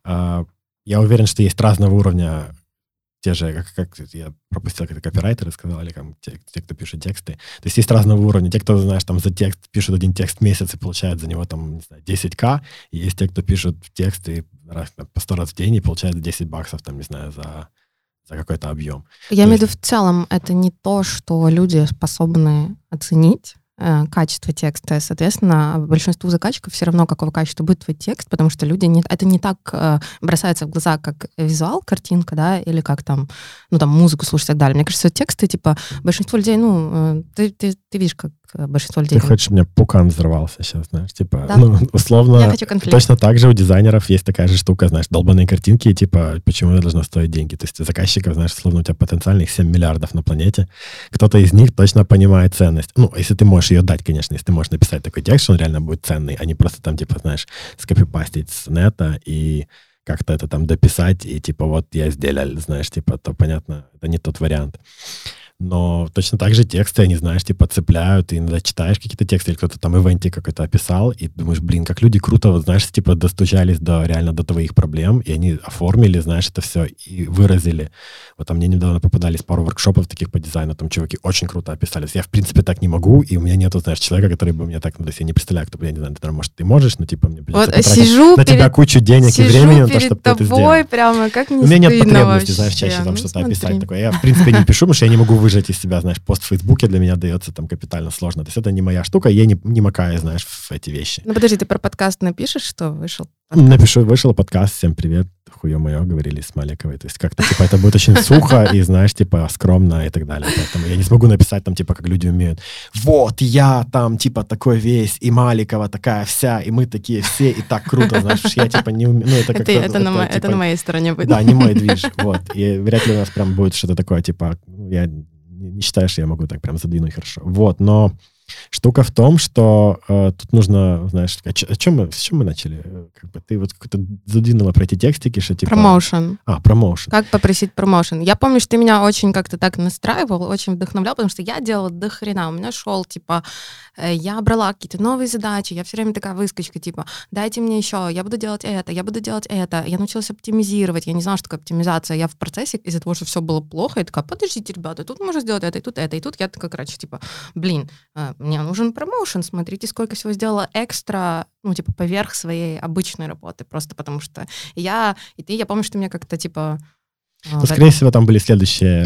я уверен, что есть разного уровня те же, как я пропустил, как копирайтеры сказал, или там, те, кто пишет тексты. То есть разного уровня. Те, кто, знаешь, там за текст пишут один текст в месяц и получают за него, там, не знаю, 10К, и есть те, кто пишут тексты по 100 раз в день и получают $10, там, не знаю, за какой-то объем. Я имею в виду, в целом, это не то, что люди способны оценить, качество текста. Соответственно, большинству заказчиков все равно, какого качества будет твой текст, потому что люди это не так бросается в глаза, как визуал, картинка, да, или как там, ну, там, музыку слушать и так далее. Мне кажется, тексты, типа, большинство людей, ну, ты видишь, как большинство людей... Ты хочешь, чтобы у меня пукан взорвался сейчас, знаешь, типа, да? Ну, условно, я хочу конфликт. Точно так же у дизайнеров есть такая же штука, знаешь, долбанные картинки, типа, почему это должно стоить деньги? То есть заказчиков, знаешь, условно, у тебя потенциальных 7 миллиардов на планете, кто-то из них точно понимает ценность. Ну, если ты можешь ее дать, конечно, если ты можешь написать такой текст, что он реально будет ценный, а не просто там, типа, знаешь, скопипастить с нета и как-то это там дописать, и типа, вот я сделал, знаешь, типа, то понятно, это не тот вариант. Но точно так же тексты, они, знаешь, типа цепляют, ты иногда читаешь какие-то тексты, или кто-то там ивенте какой-то описал, и думаешь, блин, как люди круто, вот, знаешь, типа достучались реально до твоих проблем, и они оформили, знаешь, это все и выразили. Вот там мне недавно попадались пару воркшопов таких по дизайну, там чуваки очень круто описали. Я, в принципе, так не могу, и у меня нету, знаешь, человека, который бы мне так, ну, то есть я не представляю, кто бы, я не знаю, может, ты можешь, но, типа, мне придется вот сижу на тебя кучу денег и времени на то, чтобы ты это сделал. Прямо, как не у меня нет стыдно потребности, вообще. знаешь, чаще там что-то описать такое. Я, в принципе, не пишу, потому что я не могу выжать из себя, знаешь, пост в Фейсбуке для меня дается там капитально сложно. То есть это не моя штука, я не макаю, знаешь, в эти вещи. Ну, подожди, ты про подкаст напишешь, что вышел? Напишу, вышел подкаст, всем привет, хуё моё, говорили с Маликовой. То есть как-то, типа, это будет очень сухо и, знаешь, типа, скромно и так далее. Поэтому я не смогу написать там, типа, как люди умеют. Вот, я там, типа, такой весь, и Маликова такая вся, и мы такие все, и так круто, знаешь, я, типа, не умею. Ну, это как-то... Это на моей стороне будет. Да, не мой движ, вот. И вряд ли у нас прям будет что-то такое, типа, я не считаю, что я могу так прям задвинуть хорошо. Вот, но штука в том, что тут нужно, знаешь, с чем мы начали? Как бы ты вот как-то задвинула про эти текстики, что типа... Промоушен. Промоушен. Как попросить промоушен? Я помню, что ты меня очень как-то так настраивал, очень вдохновлял, потому что я делала до хрена. У меня шел, типа, я брала какие-то новые задачи, я все время такая выскочка, типа, дайте мне еще, я буду делать это, я буду делать это. Я научилась оптимизировать, я не знала, что такое оптимизация. Я в процессе из-за того, что все было плохо, я такая, подождите, ребята, тут можно сделать это, и тут это. И тут я такая, короче, типа, блин, мне нужен промоушен, смотрите, сколько всего сделала экстра, ну, типа, поверх своей обычной работы, просто потому что я помню, что мне как-то, типа... Ну, скорее всего, там были следующие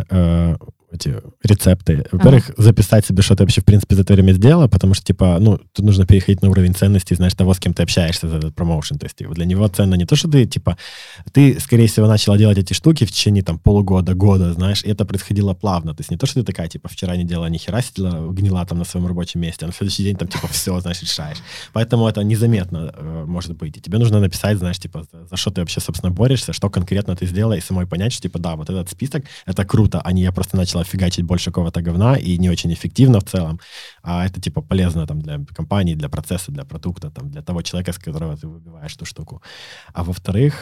эти рецепты. Во-первых, записать себе, что ты вообще, в принципе, за это время сделала, потому что, типа, ну, тут нужно переходить на уровень ценностей, знаешь, того, с кем ты общаешься за этот промоушен. То есть для него ценно не то, что ты, типа, ты, скорее всего, начала делать эти штуки в течение, там, полугода, года, знаешь, и это происходило плавно. То есть не то, что ты такая, типа, вчера не делала ни хера, сидела, гнила там на своем рабочем месте, а на следующий день там, типа, все, знаешь, решаешь. Поэтому это незаметно может быть. И тебе нужно написать, знаешь, типа, за что ты вообще, собственно, борешься, что конкретно ты сделала, и самой понять, что, типа, да, вот этот список, это круто, а не я просто начала фигачить больше какого-то говна и не очень эффективно в целом, а это, типа, полезно там для компании, для процесса, для продукта, там, для того человека, с которого ты выбиваешь эту штуку. А во-вторых,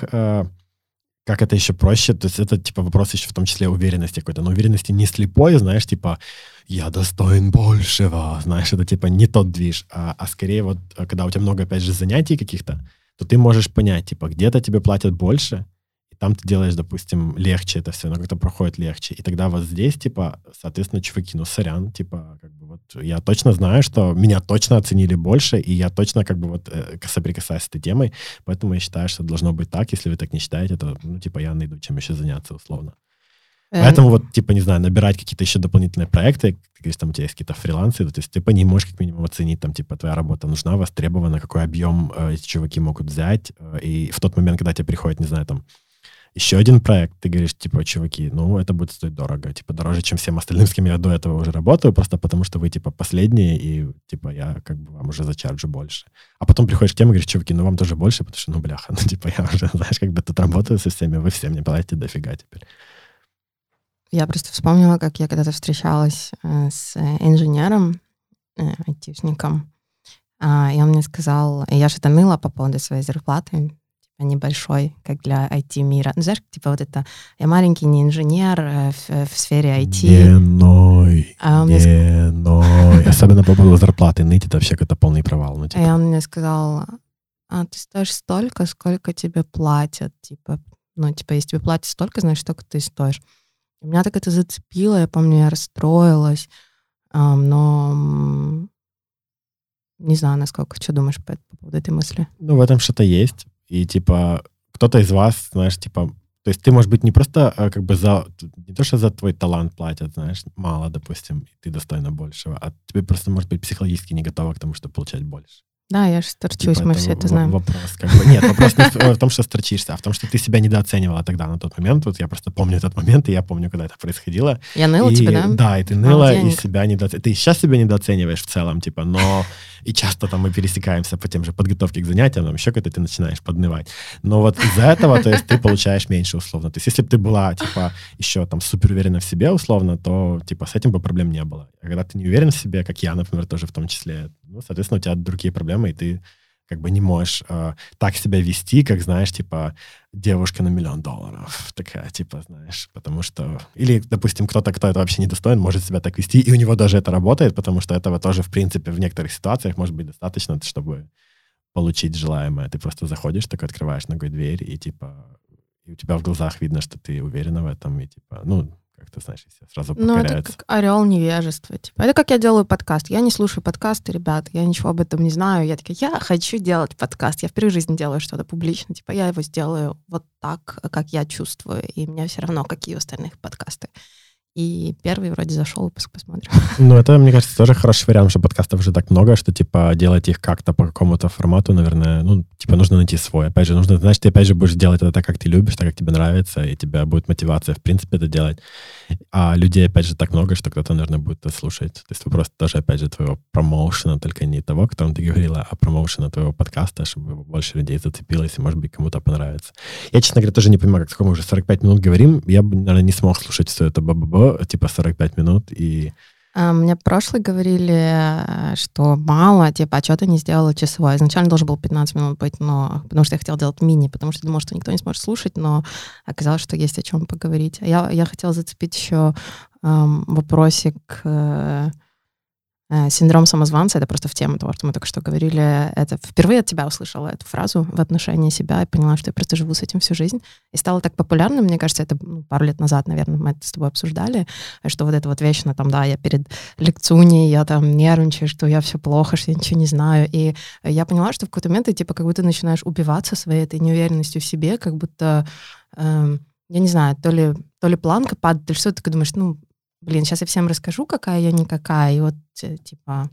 как это еще проще, то есть это, типа, вопрос еще в том числе уверенности какой-то, но уверенности не слепой, знаешь, типа, я достоин большего, знаешь, это, типа, не тот движ, а скорее вот, когда у тебя много, опять же, занятий каких-то, то ты можешь понять, типа, где-то тебе платят больше, и там ты делаешь, допустим, легче это все, но как-то проходит легче. И тогда вот здесь, типа, соответственно, чуваки, ну, сорян, типа, как бы вот я точно знаю, что меня точно оценили больше, и я точно как бы вот соприкасаюсь с этой темой, поэтому я считаю, что должно быть так. Если вы так не считаете, то, ну, типа, я найду чем еще заняться, условно. Поэтому вот, типа, не знаю, набирать какие-то еще дополнительные проекты, ты говоришь, там у тебя есть какие-то фрилансы, то есть ты по ним можешь как минимум оценить, там, типа, твоя работа нужна, востребована, какой объем эти чуваки могут взять, и в тот момент, когда тебе приходит, не знаю, там, еще один проект, ты говоришь, типа, чуваки, ну, это будет стоить дорого, типа, дороже, чем всем остальным, с кем я до этого уже работаю, просто потому что вы, типа, последние, и, типа, я, как бы, вам уже зачарджу больше. А потом приходишь к тем и говоришь, чуваки, ну, вам тоже больше, потому что, ну, бляха, ну, типа, я уже, знаешь, как бы тут работаю со всеми, вы всем не платите дофига теперь. Я просто вспомнила, как я когда-то встречалась с инженером, айтишником, и он мне сказал, и я что-то ныла по поводу своей зарплаты, небольшой, как для IT-мира. Ну, знаешь, типа вот это, я маленький не инженер в сфере IT. Не ной. Особенно по поводу зарплаты. Ныть — это вообще какой-то полный провал. Ну, типа. И он мне сказал, ты стоишь столько, сколько тебе платят. Типа, ну, типа, если тебе платят столько, значит, столько ты стоишь. И меня так это зацепило, я помню, я расстроилась, но не знаю, насколько, что думаешь по поводу этой мысли? Ну, в этом что-то есть. И, типа, кто-то из вас, знаешь, типа, то есть ты, может быть, не просто как бы не то, что за твой талант платят, знаешь, мало, допустим, и ты достойна большего, а тебе просто, может быть, психологически не готова к тому, чтобы получать больше. Да, я же сторчусь, типа, мы все это знаем. Вопрос, как бы, нет, вопрос не в том, что сторчишься, а в том, что ты себя недооценивала тогда, на тот момент. Вот я просто помню этот момент, и я помню, когда это происходило. Я ныла тебе, да? Да, и ты ныла, и себя недооцениваешь. Ты сейчас себя недооцениваешь в целом, типа, но и часто там мы пересекаемся по тем же подготовке к занятиям, там еще когда ты начинаешь поднывать. Но вот из-за этого, то есть ты получаешь меньше условно. То есть если бы ты была, типа, еще там супер уверена в себе условно, то, типа, с этим бы проблем не было. А когда ты не уверен в себе, как я, например, тоже в том числе, ну, соответственно, у тебя другие проблемы, и ты как бы не можешь так себя вести, как, знаешь, типа, девушка на $1 000 000. Такая, типа, знаешь, потому что... Или, допустим, кто-то, кто это вообще не достоин, может себя так вести, и у него даже это работает, потому что этого тоже, в принципе, в некоторых ситуациях может быть достаточно, чтобы получить желаемое. Ты просто заходишь, такой открываешь ногой дверь, и, типа, и у тебя в глазах видно, что ты уверена в этом, и, типа, ну... как ты знаешь, все сразу покоряются. Ну, это как орел невежества. Типа. Это как я делаю подкаст. Я не слушаю подкасты, ребят, я ничего об этом не знаю. Я такая, я хочу делать подкаст. Я впервые в жизни делаю что-то публично. Типа, я его сделаю вот так, как я чувствую. И мне все равно, какие у остальных подкасты. И первый вроде зашел, выпуск посмотрим. Ну, это, мне кажется, тоже хороший вариант, что подкастов уже так много, что, типа, делать их как-то по какому-то формату, наверное, ну, типа, нужно найти свой. Опять же, нужно, знаешь, ты опять же будешь делать это так, как ты любишь, так, как тебе нравится, и у тебя будет мотивация, в принципе, это делать. А людей, опять же, так много, что кто-то, наверное, будет это слушать. То есть вопрос тоже, опять же, твоего промоушена, только не того, о котором ты говорила, а промоушена твоего подкаста, чтобы больше людей зацепилось, и, может быть, кому-то понравится. Я, честно говоря, тоже не понимаю, как мы уже 45 минут говорим, я бы, наверное, не смог слушать все это баба-бо, типа 45 минут, и... Мне прошлые говорили, что мало, типа, а что ты не сделала часовой? Изначально должен был 15 минут быть, но потому что я хотела делать мини, потому что думала, что никто не сможет слушать, но оказалось, что есть о чем поговорить. Я хотела зацепить еще вопросик синдром самозванца. Это просто в тему того, что мы только что говорили. Это впервые от тебя услышала эту фразу в отношении себя и поняла, что я просто живу с этим всю жизнь. И стало так популярно, мне кажется, это пару лет назад, наверное, мы это с тобой обсуждали, что вот это вот вечно там, да, я перед лекционией, я там нервничаю, что я все плохо, что я ничего не знаю. И я поняла, что в какой-то момент ты типа как будто начинаешь убиваться своей этой неуверенностью в себе, как будто, я не знаю, то ли планка падает, или что, ты такой думаешь, ну, блин, сейчас я всем расскажу, какая я никакая, и вот, типа,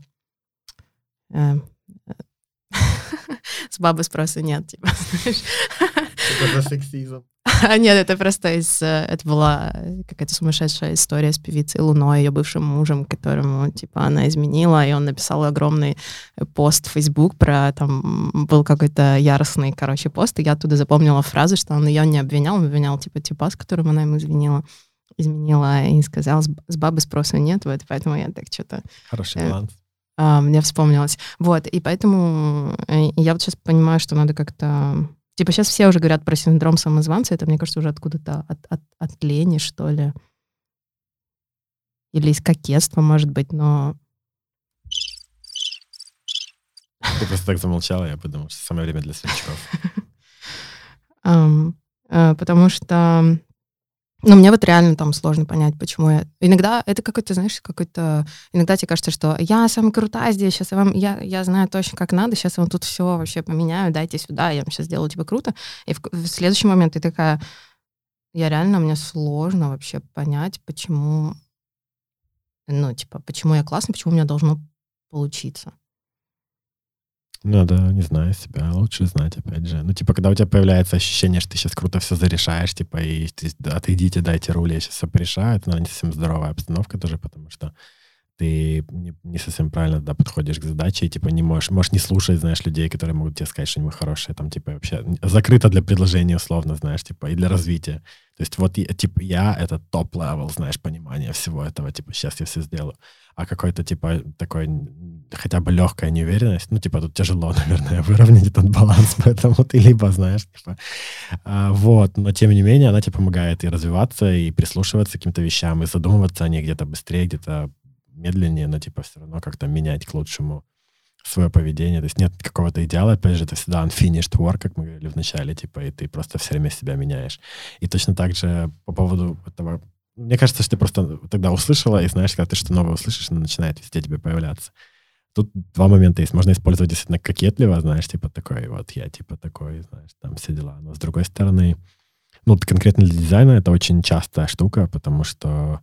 с бабы спроса нет, типа, знаешь. Это за сексизм. Нет, это просто это была какая-то сумасшедшая история с певицей Луной, ее бывшим мужем, которому, типа, она изменила, и он написал огромный пост в Facebook про, там, был какой-то яростный, короче, пост, и я оттуда запомнила фразу, что он ее не обвинял, он обвинял, типа, типа, с которым она ему изменила и сказала, с бабы спроса нет, вот, поэтому я так что-то... Хороший баланс. Мне вспомнилось. Вот, и поэтому я вот сейчас понимаю, что надо как-то... Типа сейчас все уже говорят про синдром самозванца, это, мне кажется, уже откуда-то от лени, что ли. Или из кокетства, может быть, но... Ты просто так замолчала, я подумал, что самое время для сверчков. Потому что... Ну, мне вот реально там сложно понять, почему я... Иногда это какой-то, знаешь, какой-то... Иногда тебе кажется, что я самая крутая здесь, сейчас я знаю точно, как надо, сейчас я вам тут все вообще поменяю, дайте сюда, я вам сейчас сделаю типа круто. И в следующий момент ты такая... Мне сложно вообще понять, почему... Ну, типа, почему я классная, почему у меня должно получиться. Надо, не знаю, себя лучше знать, опять же. Ну, типа, когда у тебя появляется ощущение, что ты сейчас круто все зарешаешь, типа, и отойдите, дайте руль, я сейчас все порешаю, это, наверное, не совсем здоровая обстановка тоже, потому что ты не совсем правильно да, подходишь к задаче, и, типа, не можешь не слушать, знаешь, людей, которые могут тебе сказать что-нибудь хорошее, там, типа, вообще закрыто для предложения, условно, знаешь, типа, и для развития. То есть вот, типа, я — это топ-левел, знаешь, понимание всего этого, типа, сейчас я все сделаю. А какой-то, типа, такой хотя бы легкая неуверенность, ну, типа, тут тяжело, наверное, выровнять этот баланс, поэтому ты либо, знаешь, типа, вот, но тем не менее она тебе помогает и развиваться, и прислушиваться к каким-то вещам, и задумываться о них где-то быстрее, где-то медленнее, но, типа, все равно как-то менять к лучшему свое поведение. То есть нет какого-то идеала, опять же, это всегда unfinished work, как мы говорили в начале, типа, и ты просто все время себя меняешь. И точно так же по поводу этого... Мне кажется, что ты просто тогда услышала, и знаешь, когда ты что-то новое услышишь, оно начинает везде тебе появляться. Тут два момента есть. Можно использовать действительно кокетливо, знаешь, типа такой, вот я типа такой, знаешь, там все дела. Но с другой стороны, ну, конкретно для дизайна это очень частая штука, потому что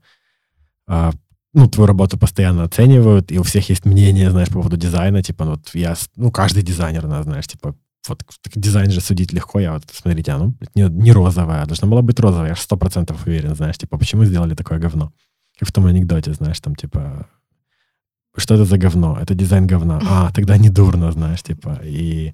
ну, твою работу постоянно оценивают, и у всех есть мнение, знаешь, по поводу дизайна, типа, вот я, ну, каждый дизайнер, знаешь, типа, вот дизайн же судить легко, я вот, смотрите, оно не розовое, должно было быть розовое, я же 100% уверен, знаешь, типа, почему сделали такое говно? Как в том анекдоте, знаешь, там, типа, что это за говно? Это дизайн говна. Тогда не дурно, знаешь, типа, и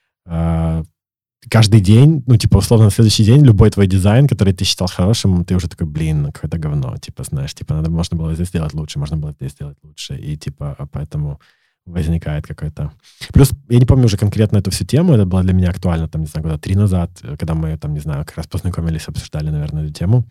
каждый день, ну, типа, условно, на следующий день любой твой дизайн, который ты считал хорошим, ты уже такой, блин, какое-то говно, типа, знаешь, типа, можно было здесь сделать лучше, можно было здесь сделать лучше, и, типа, поэтому возникает какой-то... Плюс, я не помню уже конкретно эту всю тему, это было для меня актуально, там, не знаю, года 3 назад, когда мы, там, не знаю, как раз познакомились, обсуждали, наверное, эту тему.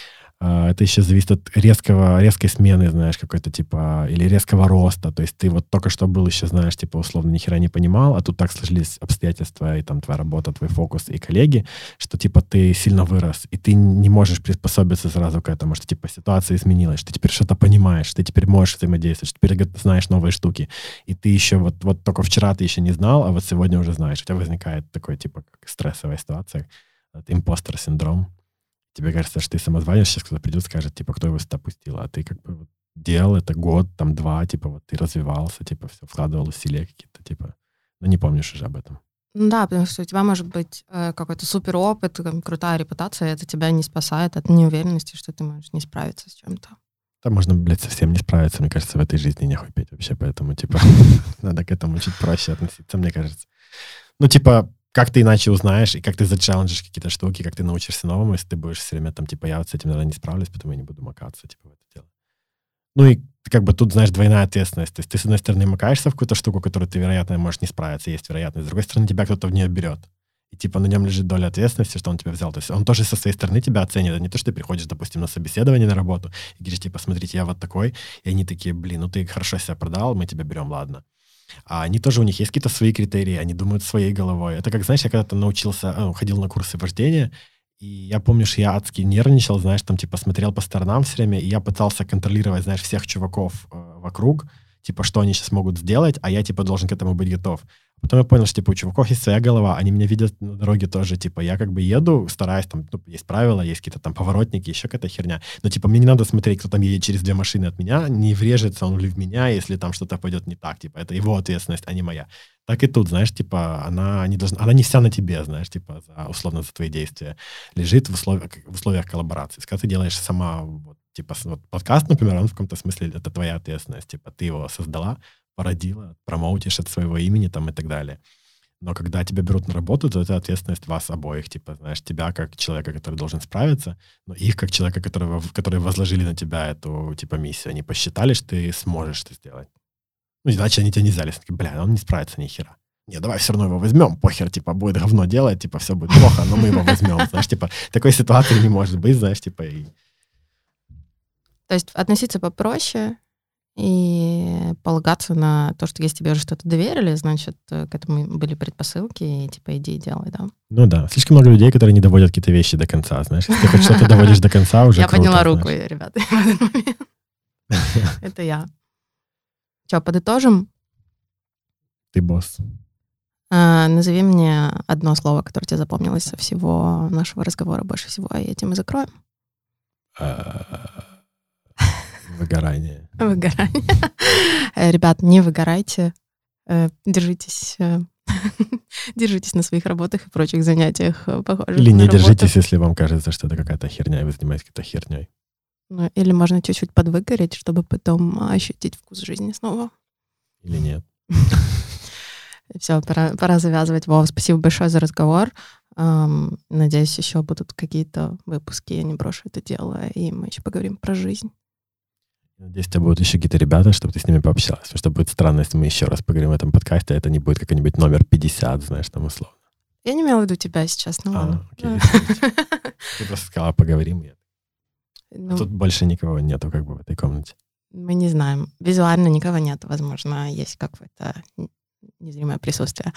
Это еще зависит от резкой смены, знаешь, какой-то типа, или резкого роста. То есть ты вот только что был еще, знаешь, типа, условно, ни хера не понимал, а тут так сложились обстоятельства, и там твоя работа, твой фокус и коллеги, что типа ты сильно вырос, и ты не можешь приспособиться сразу к этому, что типа ситуация изменилась, что ты теперь что-то понимаешь, ты теперь можешь взаимодействовать, что теперь знаешь новые штуки. И ты еще вот только вчера ты еще не знал, а вот сегодня уже знаешь. У тебя возникает такой типа как стрессовая ситуация, импостер-синдром. Тебе кажется, что ты самозванец, сейчас кто-то придет, скажет, типа, кто его сюда пустил, а ты как бы вот делал это год, там 2, типа, вот ты развивался, типа, все, вкладывал усилия какие-то, типа, но не помнишь уже об этом. Ну да, потому что у тебя может быть какой-то супер опыт, крутая репутация, это тебя не спасает от неуверенности, что ты можешь не справиться с чем-то. Там можно, блядь, совсем не справиться, мне кажется, в этой жизни нехуй петь вообще, поэтому, типа, надо к этому чуть проще относиться, мне кажется. Ну, типа, как ты иначе узнаешь, и как ты зачелленджишь какие-то штуки, как ты научишься новому, если ты будешь все время там, типа, я вот с этим, наверное, не справлюсь, поэтому я не буду макаться, типа, в это дело. Ну, и как бы тут, знаешь, двойная ответственность. То есть ты, с одной стороны, макаешься в какую-то штуку, которую ты, вероятно, можешь не справиться, есть вероятность. С другой стороны, тебя кто-то в нее берет. И, типа, на нем лежит доля ответственности, что он тебя взял. То есть он тоже со своей стороны тебя оценит. Это не то, что ты приходишь, допустим, на собеседование на работу и говоришь, типа, смотрите, я вот такой. И они такие, блин, ну ты хорошо себя продал, мы тебя берем, ладно. А они тоже, у них есть какие-то свои критерии, они думают своей головой. Это как, знаешь, я когда-то научился, ходил на курсы вождения, и я помню, что я адски нервничал, знаешь, там, типа, смотрел по сторонам все время, и я пытался контролировать, знаешь, всех чуваков вокруг, типа, что они сейчас могут сделать, а я, типа, должен к этому быть готов. Потом я понял, что, типа, у чуваков есть своя голова, они меня видят на дороге тоже, типа, я как бы еду, стараюсь, там, ну, есть правила, есть какие-то там поворотники, еще какая-то херня, но, типа, мне не надо смотреть, кто там едет через 2 машины от меня, не врежется он ли в меня, если там что-то пойдет не так, типа, это его ответственность, а не моя. Так и тут, знаешь, типа, она не вся на тебе, знаешь, типа, условно за твои действия, лежит в условиях коллаборации. Когда ты делаешь сама, вот, типа, вот подкаст, например, он в каком-то смысле, это твоя ответственность, типа, ты его создала, породила, промоутишь от своего имени там и так далее. Но когда тебя берут на работу, то это ответственность вас обоих, типа, знаешь, тебя как человека, который должен справиться, но их как человека, которые возложили на тебя эту, типа, миссию. Они посчитали, что ты сможешь это сделать. Ну, иначе они тебя не взяли. Такие, бля, он не справится ни хера. Не, давай все равно его возьмем, похер, типа, будет говно делать, типа, все будет плохо, но мы его возьмем, знаешь, типа, такой ситуации не может быть, знаешь, типа, и... То есть относиться попроще и полагаться на то, что если тебе уже что-то доверили, значит, к этому были предпосылки, и, типа, иди и делай, да? Ну да, слишком много людей, которые не доводят какие-то вещи до конца, знаешь, если ты хоть что-то доводишь до конца, уже я круто. Я подняла руку, ребята, в этот момент. Это я. Что, подытожим? Ты босс. Назови мне одно слово, которое тебе запомнилось со всего нашего разговора больше всего, и этим мы закроем. Выгорание. Выгорание. Ребят, не выгорайте. Держитесь на своих работах и прочих занятиях, похожих Или на не работу. держитесь, если вам кажется, что это какая-то херня, и вы занимаетесь какой-то херней. Ну, или можно чуть-чуть подвыгореть, чтобы потом ощутить вкус жизни снова. Или нет. Все, пора завязывать. Вова, спасибо большое за разговор. Надеюсь, еще будут какие-то выпуски, я не брошу это дело, и мы еще поговорим про жизнь. Надеюсь, у тебя будут еще какие-то ребята, чтобы ты с ними пообщалась. Потому что будет странно, если мы еще раз поговорим в этом подкасте, а это не будет какой-нибудь номер 50, знаешь, там условно. Я не имела в виду тебя сейчас, ну ладно. Окей. Ты просто сказала, поговорим. А тут больше никого нету как бы в этой комнате. Мы не знаем. Визуально никого нет. Возможно, есть какое-то незримое присутствие.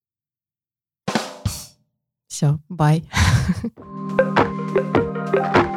Все, бай.